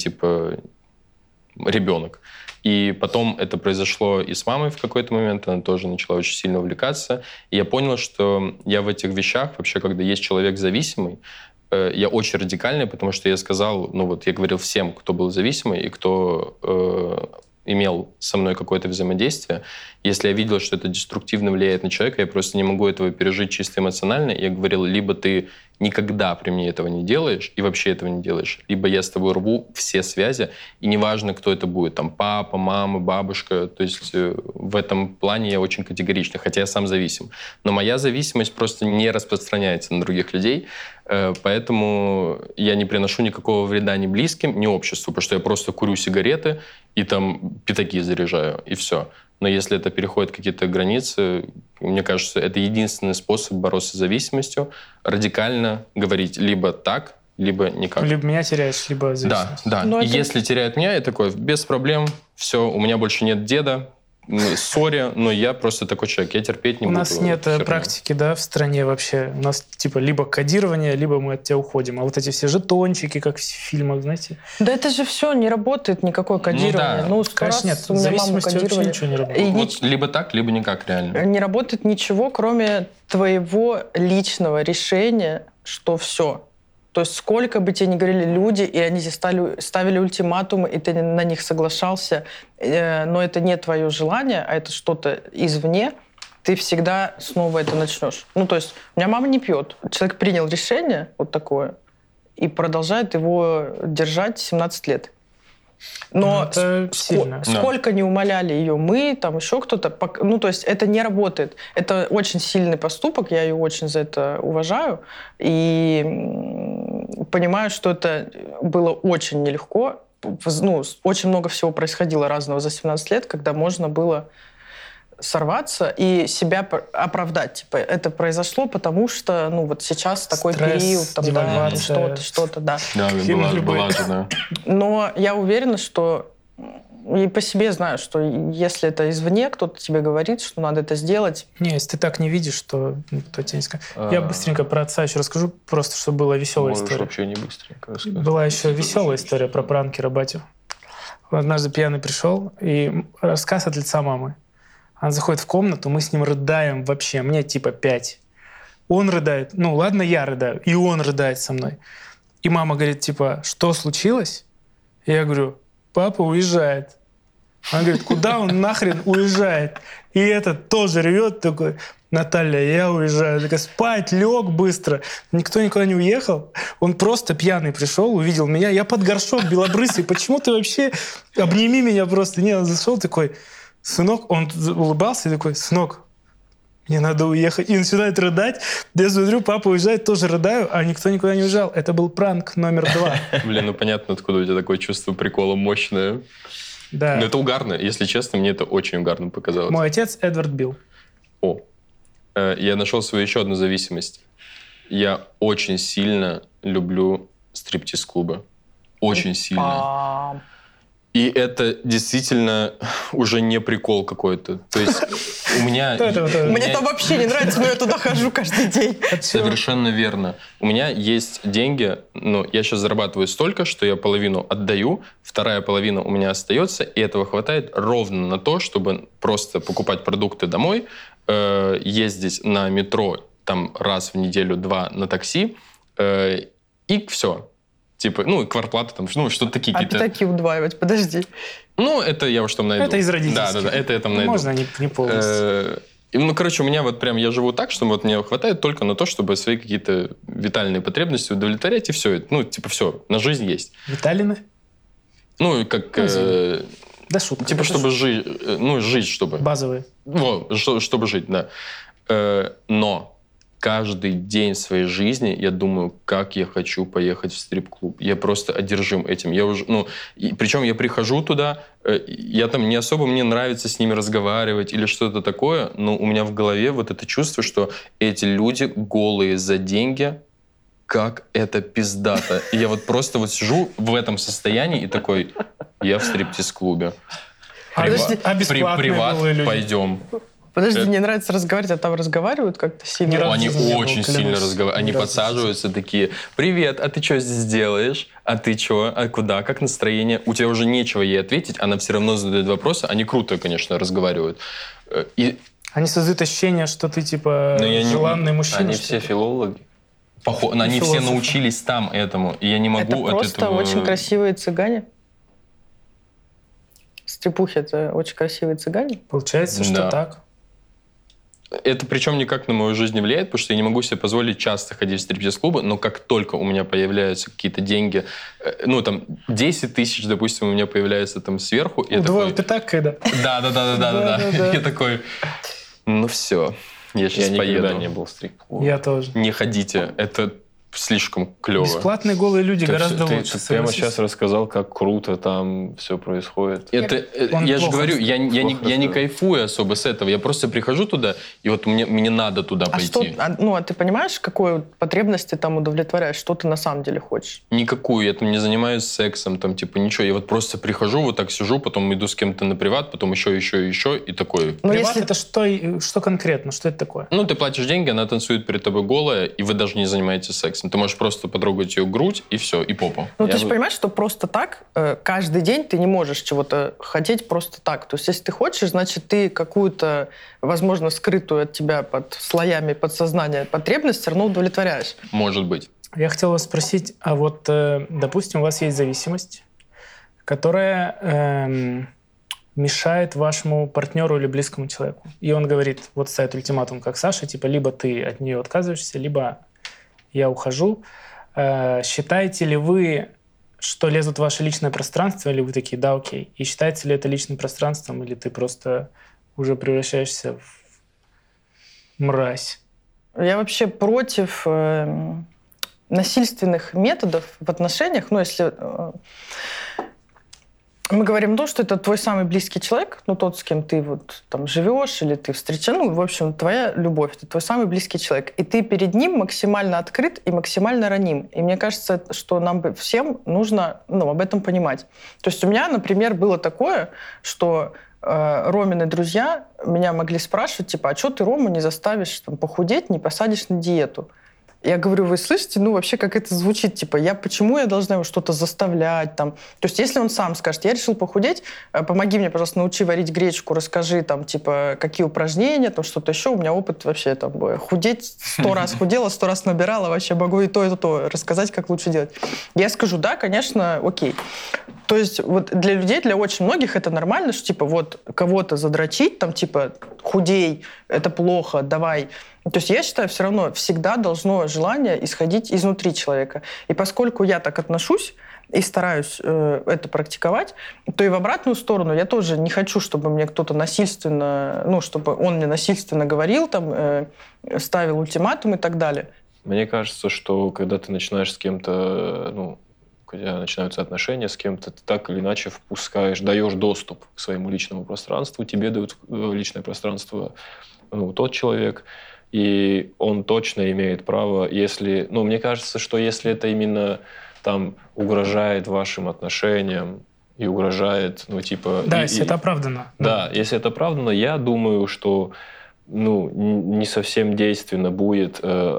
ребенок. И потом это произошло и с мамой в какой-то момент, она тоже начала очень сильно увлекаться. И я понял, что я в этих вещах, вообще, когда есть человек зависимый, я очень радикальный, потому что я сказал, я говорил всем, кто был зависимый и кто имел со мной какое-то взаимодействие. Если я видел, что это деструктивно влияет на человека, я просто не могу этого пережить чисто эмоционально. Я говорил, либо ты никогда при мне этого не делаешь и вообще этого не делаешь, либо я с тобой рву все связи, и неважно, кто это будет, там папа, мама, бабушка, то есть в этом плане я очень категоричный, хотя я сам зависим. Но моя зависимость просто не распространяется на других людей, поэтому я не приношу никакого вреда ни близким, ни обществу, потому что я просто курю сигареты и там пятаки заряжаю, и все. Но если это переходит какие-то границы, мне кажется, это единственный способ бороться с зависимостью, радикально говорить либо так, либо никак. Либо меня теряешь, либо зависимость. Да. И если теряют меня, я такой, без проблем, все, у меня больше нет деда, сори, но я просто такой человек, я терпеть не буду. У нас нет практики, да, в стране вообще. У нас типа либо кодирование, либо мы от тебя уходим. А вот эти все жетончики, как в фильмах, знаете. Да это же все, не работает никакое кодирование. Ну, конечно, нет. В зависимости вообще ничего не работает. Вот либо так, либо никак, реально. Не работает ничего, кроме твоего личного решения, что все. То есть сколько бы тебе ни говорили люди, и они тебе ставили ультиматумы, и ты на них соглашался, но это не твое желание, а это что-то извне, ты всегда снова это начнешь. Ну, то есть у меня мама не пьет. Человек принял решение вот такое и продолжает его держать 17 лет. Но сколько не умоляли ее мы, там еще кто-то, ну, то есть это не работает. Это очень сильный поступок, я ее очень за это уважаю. И понимаю, что это было очень нелегко. Ну, очень много всего происходило разного за 17 лет, когда можно было сорваться и себя оправдать. Типа, это произошло, потому что, ну, вот сейчас такой период, там, да, что-то, да. Да, была же, да. Но я уверена, что и по себе знаю, что если это извне, кто-то тебе говорит, что надо это сделать. Не, если ты так не видишь, то никто тебе не скажет. Я быстренько про отца еще расскажу, просто чтобы была веселая история. Вообще не быстренько рассказать. Была еще веселая история про пранкера батю. Он однажды пьяный пришел, и рассказ от лица мамы. Она заходит в комнату, мы с ним рыдаем вообще, мне типа 5. Он рыдает, ну ладно, я рыдаю, и он рыдает со мной. И мама говорит, типа, что случилось? И я говорю, папа уезжает. Она говорит, куда он нахрен уезжает? И этот тоже ревет такой, Наталья, я уезжаю. Такая, спать, лег быстро. Никто никуда не уехал. Он просто пьяный пришел, увидел меня. Я под горшок белобрысый. Почему ты вообще? Обними меня просто. Не, он зашел такой, сынок, он улыбался и такой, сынок, мне надо уехать. И начинает рыдать. Я смотрю, папа уезжает, тоже рыдаю, а никто никуда не уезжал. Это был пранк номер 2. Блин, ну понятно, откуда у тебя такое чувство прикола мощное. Да. Но это угарно. Если честно, мне это очень угарно показалось. Мой отец Эдвард Билл. О, я нашел свою еще одну зависимость. Я очень сильно люблю стриптиз-клубы. Очень сильно. И это действительно уже не прикол какой-то. То есть у меня... Мне там вообще не нравится, но я туда хожу каждый день. Совершенно верно. У меня есть деньги, но я сейчас зарабатываю столько, что я половину отдаю, вторая половина у меня остается, и этого хватает ровно на то, чтобы просто покупать продукты домой, ездить на метро там раз в неделю-два на такси, и все. Типа, ну, квартплата, там, ну, что-то такие какие-то... А пятаки удваивать, подожди. Ну, это я уж там найду. Это из родительских. Да, это я там найду. Можно не полностью. Ну, короче, у меня вот прям, я живу так, что вот мне хватает только на то, чтобы свои какие-то витальные потребности удовлетворять, и все. Ну, типа, все, на жизнь есть. Виталины? Ну, как... Да шутка. Типа, чтобы жить, ну, жить, чтобы... Базовые. Чтобы жить, да. Но каждый день своей жизни я думаю, как я хочу поехать в стрип-клуб. Я просто одержим этим. Я уже, причем я прихожу туда, я там не особо, мне нравится с ними разговаривать или что-то такое, но у меня в голове вот это чувство, что эти люди голые за деньги, как это пиздато. И я вот просто вот сижу в этом состоянии и такой, я в стриптиз-клубе. Приват, пойдем. Подожди, мне нравится разговаривать, а там разговаривают как-то сильно. Они очень сильно разговаривают. Они подсаживаются такие, привет, а ты что здесь делаешь? А ты что? А куда? Как настроение? У тебя уже нечего ей ответить, она все равно задает вопросы. Они круто, конечно, разговаривают. Они создают ощущение, что ты, типа, желанный мужчина. Они все филологи. Они все научились там этому, и я не могу от этого... Это просто очень красивые цыгане. Стрипухи — это очень красивые цыгане. Получается, что так. Это причем никак на мою жизнь не влияет, потому что я не могу себе позволить часто ходить в стриптиз-клубы, но как только у меня появляются какие-то деньги, 10 тысяч, допустим, у меня появляется там сверху. Удвоил пятак, да? Да. Я такой, все, я сейчас поеду. Я никогда не был в стрип-клубе. Я тоже. Не ходите, это слишком клево. Бесплатные голые люди гораздо лучше. Ты прямо сейчас рассказал, как круто там все происходит. Я же говорю, я не кайфую особо с этого. Я просто прихожу туда, и вот мне надо туда пойти. А ты понимаешь, какой потребность ты там удовлетворяешь? Что ты на самом деле хочешь? Никакую. Я там не занимаюсь сексом, там типа ничего. Я вот просто прихожу, вот так сижу, потом иду с кем-то на приват, потом еще, и такой. Приват это что конкретно? Что это такое? Ты платишь деньги, она танцует перед тобой голая, и вы даже не занимаетесь сексом. Ты можешь просто потрогать ее грудь, и все, и попу. Ты же понимаешь, что просто так каждый день ты не можешь чего-то хотеть просто так. То есть если ты хочешь, значит, ты какую-то, возможно, скрытую от тебя под слоями подсознания потребность все равно удовлетворяешь. Может быть. Я хотел вас спросить, а вот, допустим, у вас есть зависимость, которая мешает вашему партнеру или близкому человеку. И он говорит, вот ставит ультиматум, как Саша, типа, либо ты от нее отказываешься, либо я ухожу. Считаете ли вы, что лезут в ваше личное пространство, или вы такие, да, окей? И считается ли это личным пространством, или ты просто уже превращаешься в мразь? Я вообще против насильственных методов в отношениях. Если мы говорим то, что это твой самый близкий человек, тот, с кем ты вот там живешь, или ты встречаешься, в общем, твоя любовь, это твой самый близкий человек. И ты перед ним максимально открыт и максимально раним. И мне кажется, что нам всем нужно об этом понимать. То есть у меня, например, было такое, что Ромины друзья меня могли спрашивать, типа, а что ты Рому не заставишь похудеть, не посадишь на диету? Я говорю, вы слышите, вообще как это звучит, типа, почему я должна его что-то заставлять, там. То есть если он сам скажет, я решил похудеть, помоги мне, пожалуйста, научи варить гречку, расскажи, там, типа, какие упражнения, там, что-то еще, у меня опыт вообще, там, худеть 100 раз худела, 100 раз набирала, вообще могу и то, рассказать, как лучше делать. Я скажу, да, конечно, окей. То есть вот для людей, для очень многих это нормально, что, типа, вот кого-то задрочить, там, типа, худей, это плохо, давай. То есть я считаю, все равно всегда должно желание исходить изнутри человека. И поскольку я так отношусь и стараюсь это практиковать, то и в обратную сторону я тоже не хочу, чтобы мне кто-то насильственно, чтобы он мне насильственно говорил, там, ставил ультиматум и так далее. Мне кажется, что когда ты начинаешь с кем-то, когда начинаются отношения с кем-то, ты так или иначе даешь доступ к своему личному пространству, тебе дают личное пространство тот человек, и он точно имеет право, если... мне кажется, что если это именно там угрожает вашим отношениям и угрожает, Да, если это оправдано. Да, если это оправдано, я думаю, что не совсем действенно будет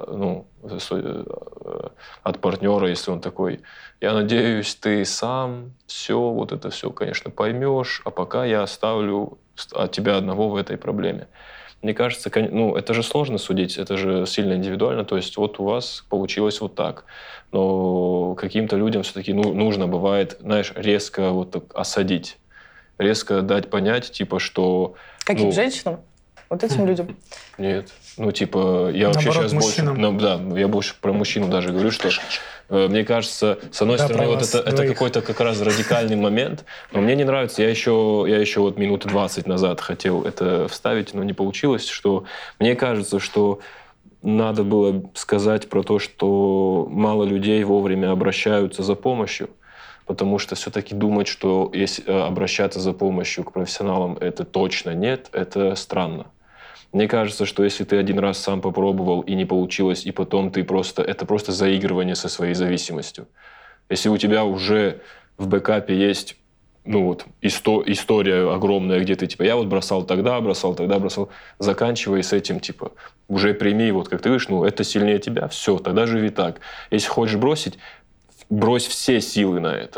от партнера, если он такой, я надеюсь, ты сам это все, конечно, поймешь, а пока я оставлю от тебя одного в этой проблеме. Мне кажется, это же сложно судить, это же сильно индивидуально, то есть вот у вас получилось вот так. Но каким-то людям все-таки нужно бывает, знаешь, резко вот так осадить, резко дать понять, типа, что... Каким женщинам? Вот этим людям? Нет. Я вообще сейчас больше... я больше про мужчину даже говорю, что... Мне кажется, с одной стороны, это какой-то как раз радикальный момент, но мне не нравится. Я еще вот минут 20 назад хотел это вставить, но не получилось, что мне кажется, что надо было сказать про то, что мало людей вовремя обращаются за помощью, потому что все-таки думать, что если обращаться за помощью к профессионалам, это точно нет, это странно. Мне кажется, что если ты один раз сам попробовал и не получилось, и потом это просто заигрывание со своей зависимостью. Если у тебя уже в бэкапе есть история огромная, где ты я бросал тогда, заканчивай с этим, уже прими, как ты говоришь, это сильнее тебя, все, тогда живи так. Если хочешь бросить, брось все силы на это.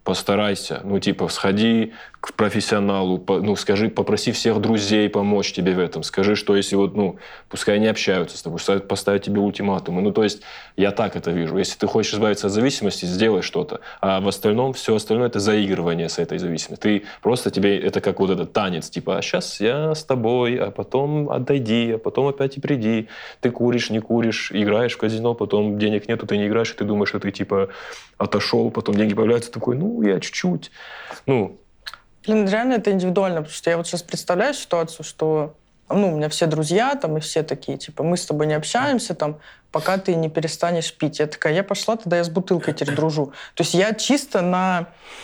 постарайся, ну, типа, сходи к профессионалу, ну, скажи, попроси всех друзей помочь тебе в этом, скажи, что если вот, ну, пускай они общаются с тобой, поставить тебе ультиматумы, ну, то есть я так это вижу. Если ты хочешь избавиться от зависимости, сделай что-то, а в остальном, все остальное это заигрывание с этой зависимостью. Ты просто, тебе это как вот этот танец, типа, а сейчас я с тобой, а потом отойди, а потом опять и приди, ты куришь, не куришь, играешь в казино, потом денег нету, ты не играешь, и ты думаешь, что ты, типа, отошел, потом деньги появляются, такой, ну, я чуть-чуть, ну. Блин, реально это индивидуально, потому что я вот сейчас представляю ситуацию, что, ну, у меня все друзья там, и все такие, типа, мы с тобой не общаемся там, пока ты не перестанешь пить. Я такая, я пошла, тогда я с бутылкой теперь дружу. То есть я чисто на,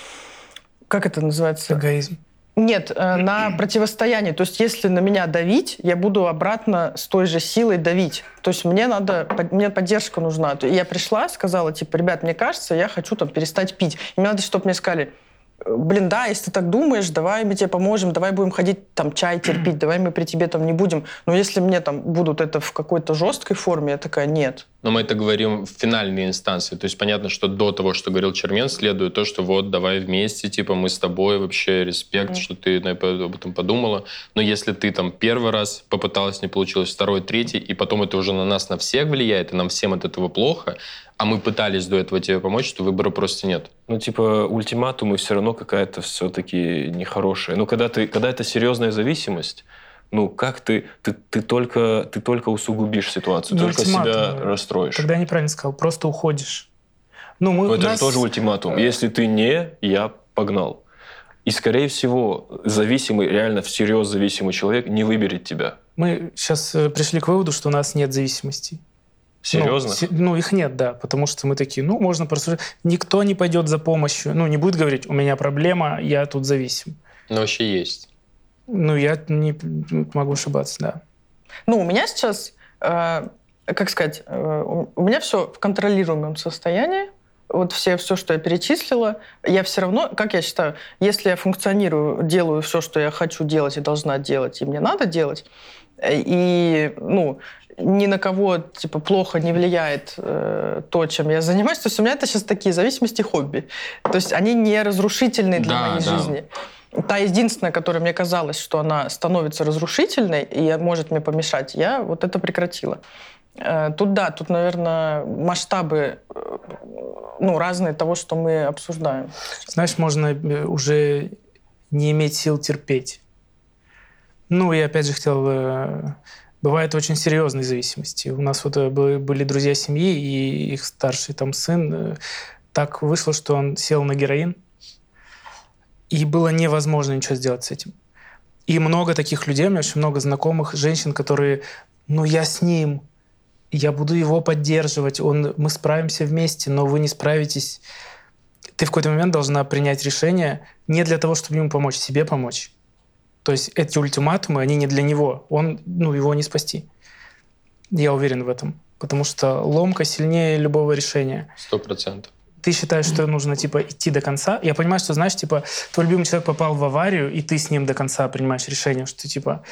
как это называется? Эгоизм. Нет, на противостояние. То есть если на меня давить, я буду обратно с той же силой давить. То есть мне поддержка нужна. Я пришла, сказала, типа, ребят, мне кажется, я хочу там перестать пить. И мне надо, чтобы мне сказали, блин, да, если ты так думаешь, давай мы тебе поможем, давай будем ходить там чай терпеть, давай мы при тебе там не будем. Но если мне там будут это в какой-то жесткой форме, я такая, нет. Но мы это говорим в финальной инстанции. То есть понятно, что до того, что говорил Чермен, следует то, что вот, давай вместе, типа, мы с тобой, вообще респект, что ты об этом подумала. Но если ты там первый раз попыталась, не получилось, второй, третий, и потом это уже на нас, на всех влияет, и нам всем от этого плохо, а мы пытались до этого тебе помочь, то выбора просто нет. Ну, типа, ультиматумы все равно какая-то все-таки нехорошая. Ну, когда это серьезная зависимость, ну, как ты только усугубишь ситуацию, Ну, только себя расстроишь. Тогда я неправильно сказал, просто уходишь. Ну, это же тоже ультиматум. Если ты не, я погнал. И, скорее всего, зависимый, реально всерьез зависимый человек не выберет тебя. Мы сейчас пришли к выводу, что у нас нет зависимостей. Серьезно? Ну, их нет, да, потому что мы такие, ну, можно просто... Никто не пойдет за помощью, ну, не будет говорить, у меня проблема, я тут зависим. Но вообще есть. Ну, я не могу ошибаться, да. Ну, у меня сейчас, как сказать, у меня все в контролируемом состоянии. Вот все, что я перечислила, я все равно, как я считаю, если я функционирую, делаю все, что я хочу делать и должна делать, и мне надо делать, и, ну, ни на кого, типа, плохо не влияет то, чем я занимаюсь. То есть у меня это сейчас такие зависимости хобби. То есть они не разрушительные для моей жизни. Та единственная, которая мне казалось, что она становится разрушительной и может мне помешать, я вот это прекратила. Тут, наверное, масштабы разные того, что мы обсуждаем. Знаешь, можно уже не иметь сил терпеть. Ну, я опять же хотел... Бывают очень серьезные зависимости. У нас вот были друзья семьи, и их старший там сын. Так вышло, что он сел на героин, и было невозможно ничего сделать с этим. И много таких людей, у меня очень много знакомых женщин, которые, я с ним, я буду его поддерживать, мы справимся вместе, но вы не справитесь. Ты в какой-то момент должна принять решение не для того, чтобы ему помочь, себе помочь. То есть эти ультиматумы, они не для него. Его не спасти. Я уверен в этом. Потому что ломка сильнее любого решения. 100%. Ты считаешь, что нужно, идти до конца. Я понимаю, что, знаешь, твой любимый человек попал в аварию, и ты с ним до конца принимаешь решение, что,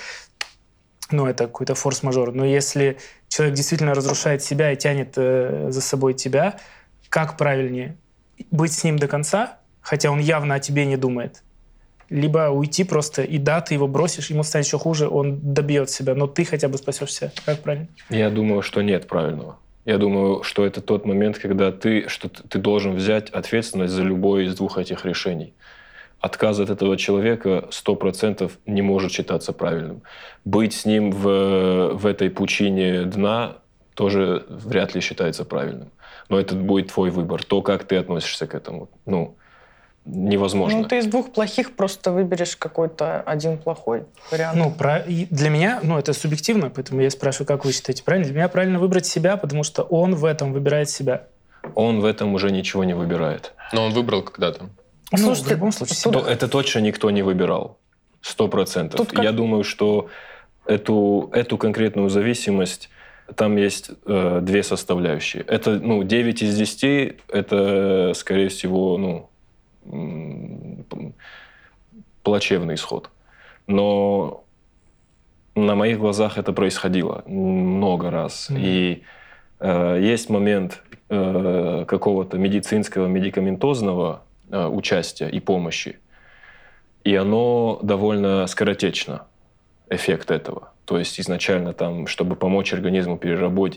это какой-то форс-мажор. Но если человек действительно разрушает себя и тянет за собой тебя, как правильнее? Быть с ним до конца, хотя он явно о тебе не думает, либо уйти просто, и да, ты его бросишь, ему станет еще хуже, он добьет себя, но ты хотя бы спасешься. Как правильно? Я думаю, что нет правильного. Я думаю, что это тот момент, когда ты должен взять ответственность за любое из двух этих решений. Отказ от этого человека 100% не может считаться правильным. Быть с ним в этой пучине дна тоже вряд ли считается правильным. Но это будет твой выбор, то, как ты относишься к этому. Невозможно. Ты из двух плохих просто выберешь какой-то один плохой вариант. Для меня, это субъективно, поэтому я спрашиваю, как вы считаете правильно? Для меня правильно выбрать себя, потому что он в этом выбирает себя. Он в этом уже ничего не выбирает. Но он выбрал когда-то. В любом случае себя. Это точно никто не выбирал. 100%. Я думаю, что эту конкретную зависимость, там есть две составляющие. Это 9 из 10, это, скорее всего, плачевный исход. Но на моих глазах это происходило много раз. И есть момент какого-то медицинского, медикаментозного участия и помощи. И оно довольно скоротечно, эффект этого. То есть изначально, там, чтобы помочь организму перебороть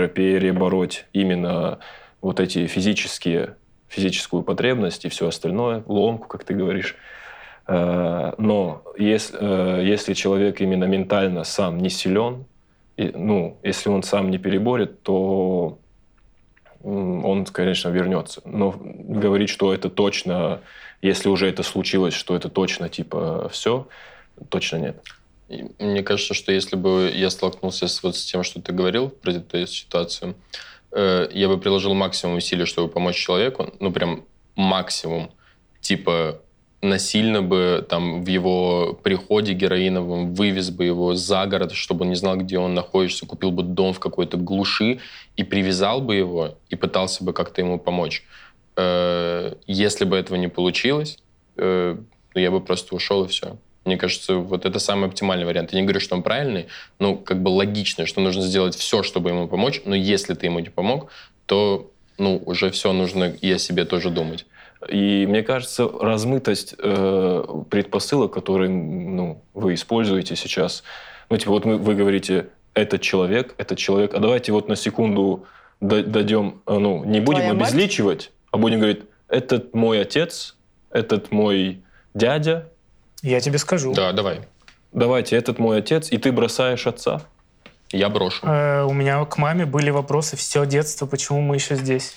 именно вот эти физическую потребность и все остальное, ломку, как ты говоришь. Но если человек именно ментально сам не силен, если он сам не переборет, то он, конечно, вернется. Но говорить, что это точно, если уже это случилось, что это точно, типа, все, точно нет. И мне кажется, что если бы я столкнулся с тем, что ты говорил про эту ситуацию, я бы приложил максимум усилий, чтобы помочь человеку, прям максимум. Типа, насильно бы там в его приходе героиновом вывез бы его за город, чтобы он не знал, где он находится, купил бы дом в какой-то глуши и привязал бы его и пытался бы как-то ему помочь. Если бы этого не получилось, то я бы просто ушел и все. Мне кажется, вот это самый оптимальный вариант. Я не говорю, что он правильный, но как бы логично, что нужно сделать все, чтобы ему помочь, но если ты ему не помог, то уже все, нужно и о себе тоже думать. И мне кажется, размытость предпосылок, которые вы используете сейчас, вот вы говорите, этот человек, а давайте вот на секунду дадем, не будем Твоя обезличивать, а будем говорить, этот мой отец, этот мой дядя. Я тебе скажу. Да, давай. Давайте, этот мой отец, и ты бросаешь отца. Я брошу. У меня к маме были вопросы все детство, почему мы еще здесь.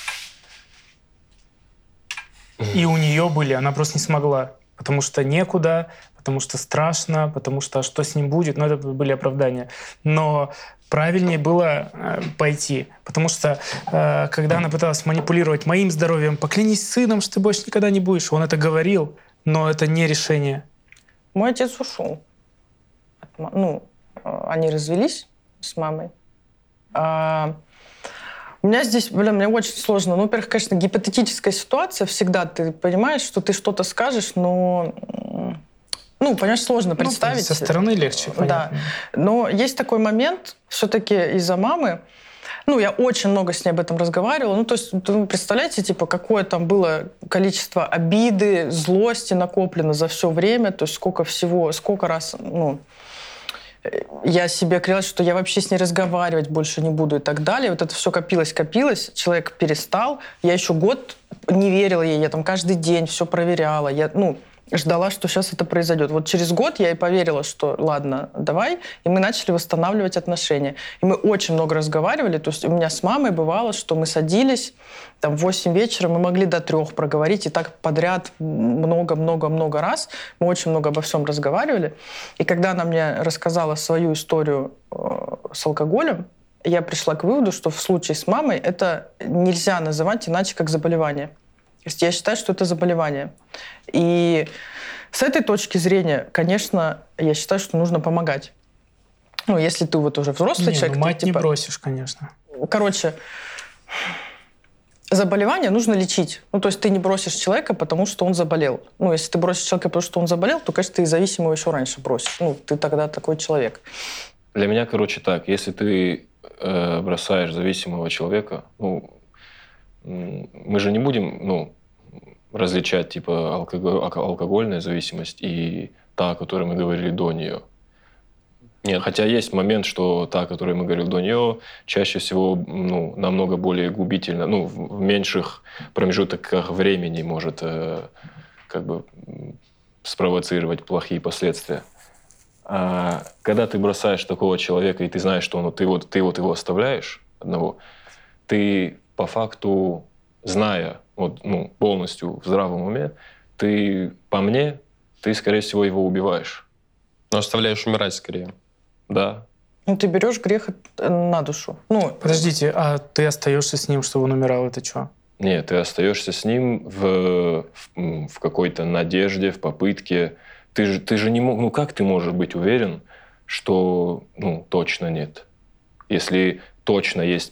И у нее были, она просто не смогла. Потому что некуда, потому что страшно, потому что что с ним будет. Это были оправдания. Но правильнее было пойти. Потому что когда она пыталась манипулировать моим здоровьем, поклянись сыном, что ты больше никогда не будешь. Он это говорил, но это не решение. Мой отец ушел. Они развелись с мамой. У меня здесь, мне очень сложно. Во-первых, конечно, гипотетическая ситуация. Всегда ты понимаешь, что ты что-то скажешь, но... понимаешь, сложно представить. Со стороны легче, понятно. Да. Но есть такой момент, все-таки из-за мамы. Я очень много с ней об этом разговаривала. То есть, представляете, какое там было количество обиды, злости накоплено за все время, то есть сколько раз, я себе клялась, что я вообще с ней разговаривать больше не буду и так далее. Вот это все копилось, человек перестал. Я еще год не верила ей, я там каждый день все проверяла. Я, ждала, что сейчас это произойдет. Вот через год я и поверила, что ладно, давай. И мы начали восстанавливать отношения. И мы очень много разговаривали. То есть у меня с мамой бывало, что мы садились в 8 вечера, мы могли до 3 проговорить. И так подряд много-много-много раз. Мы очень много обо всем разговаривали. И когда она мне рассказала свою историю с алкоголем, я пришла к выводу, что в случае с мамой это нельзя называть иначе, как заболевание. То есть я считаю, что это заболевание. И с этой точки зрения, конечно, я считаю, что нужно помогать. Если ты уже взрослый человек... мать не бросишь, конечно. Короче, заболевание нужно лечить. То есть ты не бросишь человека, потому что он заболел. Если ты бросишь человека, потому что он заболел, то, конечно, ты зависимого еще раньше бросишь. Ты тогда такой человек. Для меня, так, если ты бросаешь зависимого человека, мы же не будем, различать, алкогольная зависимость и та, о которой мы говорили до нее. Нет, хотя есть момент, что та, о которой мы говорили до нее, чаще всего, намного более губительно, в меньших промежутках времени может, спровоцировать плохие последствия. А когда ты бросаешь такого человека, и ты знаешь, что ты его оставляешь одного, ты по факту, зная полностью в здравом уме, ты, скорее всего, его убиваешь. Но оставляешь умирать скорее. Да. Ты берешь грех на душу. Подождите, а ты остаешься с ним, чтобы он умирал, это что? Нет, ты остаешься с ним в какой-то надежде, в попытке. Ты же не мог... как ты можешь быть уверен, что точно нет? Если точно есть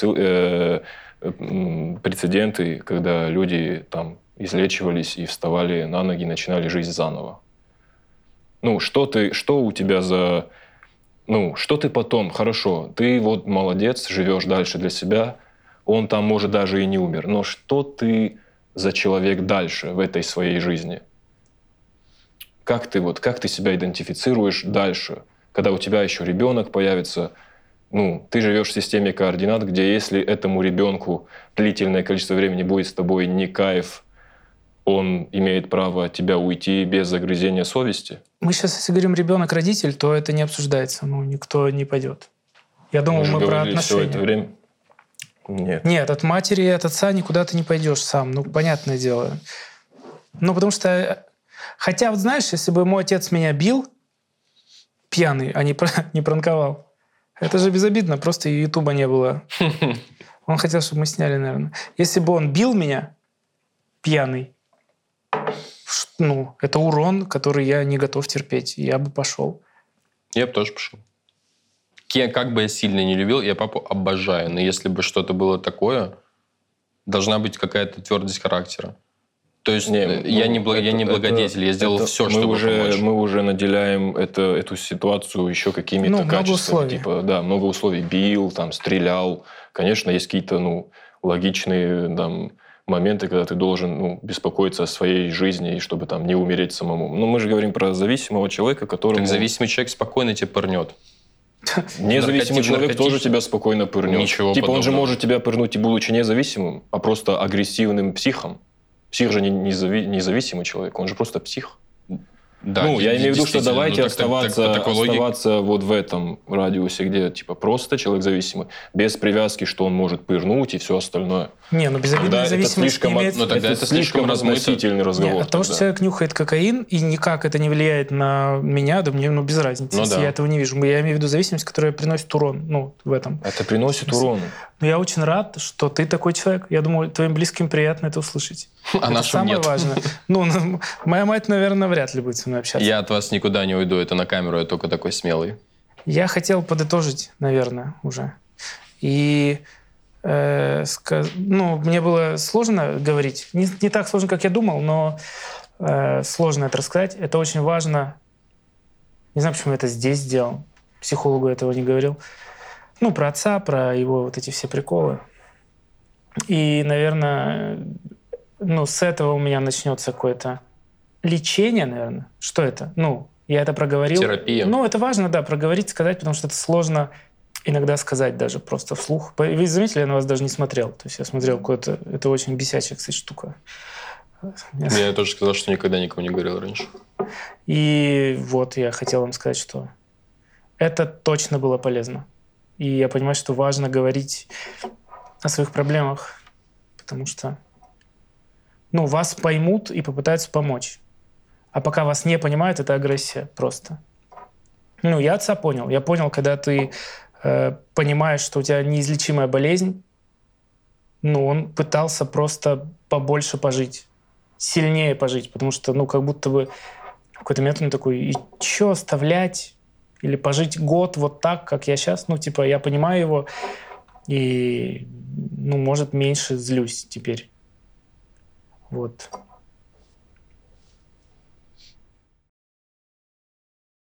прецеденты, когда люди излечивались и вставали на ноги и начинали жизнь заново. Что у тебя за... что ты потом? Хорошо, ты молодец, живешь дальше для себя, он может даже и не умер. Но что ты за человек дальше в этой своей жизни? Как ты себя идентифицируешь дальше, когда у тебя еще ребенок появится? Ну, ты живешь в системе координат, где если этому ребенку длительное количество времени будет с тобой не кайф, он имеет право от тебя уйти без загрызения совести? Мы сейчас, если говорим ребенок-родитель, то это не обсуждается, никто не пойдет. Я думал, мы про отношения. Все это время? Нет. Нет, от матери и от отца никуда ты не пойдешь сам, понятное дело. Потому что... Хотя, вот знаешь, если бы мой отец меня бил, пьяный, а не пранковал, это же безобидно, просто Ютуба не было. Он хотел, чтобы мы сняли, наверное. Если бы он бил меня, пьяный, это урон, который я не готов терпеть. Я бы пошел. Я бы тоже пошел. Как бы я сильно не любил, я папу обожаю. Но если бы что-то было такое, должна быть какая-то твердость характера. То есть я не благодетель, я сделал все, чтобы помочь. Мы уже наделяем эту ситуацию еще какими-то качествами. Много условий. Бил, стрелял. Конечно, есть какие-то логичные моменты, когда ты должен беспокоиться о своей жизни, и чтобы не умереть самому. Но мы же говорим про зависимого человека, который... Так зависимый человек спокойно тебя пырнет. Независимый человек тоже тебя спокойно пырнет. Ничего подобного. Он же может тебя пырнуть и будучи независимым, а просто агрессивным психом. Псих же не зависимый человек, он же просто псих. Да, я имею в виду, что давайте оставаться вот в этом радиусе, где просто человек зависимый, без привязки, что он может пырнуть и все остальное. Безобидная зависимость не имеет... Это слишком относительный разговор. От того, что человек нюхает кокаин, и никак это не влияет на меня, да мне без разницы, если я этого не вижу. Я имею в виду зависимость, которая приносит урон, в этом. Это приносит урон. Я очень рад, что ты такой человек. Я думаю, твоим близким приятно это услышать. А это самое нет. важное. Моя мать, наверное, вряд ли будет со мной общаться. Я от вас никуда не уйду, это на камеру, я только такой смелый. Я хотел подытожить, наверное, уже. И мне было сложно говорить. Не так сложно, как я думал, но сложно это рассказать. Это очень важно. Не знаю, почему я это здесь сделал. Психологу этого не говорил. Про отца, про его вот эти все приколы. И, наверное, с этого у меня начнется какое-то лечение, наверное. Что это? Я это проговорил. Терапия. Это важно, проговорить, сказать, потому что это сложно иногда сказать даже просто вслух. Вы заметили, я на вас даже не смотрел. То есть я смотрел какое-то... Это очень бесячая, кстати, штука. Я тоже сказал, что никогда никому не говорил раньше. И я хотел вам сказать, что это точно было полезно. И я понимаю, что важно говорить о своих проблемах, потому что вас поймут и попытаются помочь. А пока вас не понимают, это агрессия просто. Я отца понял. Я понял, когда ты понимаешь, что у тебя неизлечимая болезнь, он пытался просто побольше пожить, сильнее пожить, потому что, как будто бы в какой-то момент он такой, и чё оставлять? Или пожить год вот так, как я сейчас. Я понимаю его и, может, меньше злюсь теперь. Вот.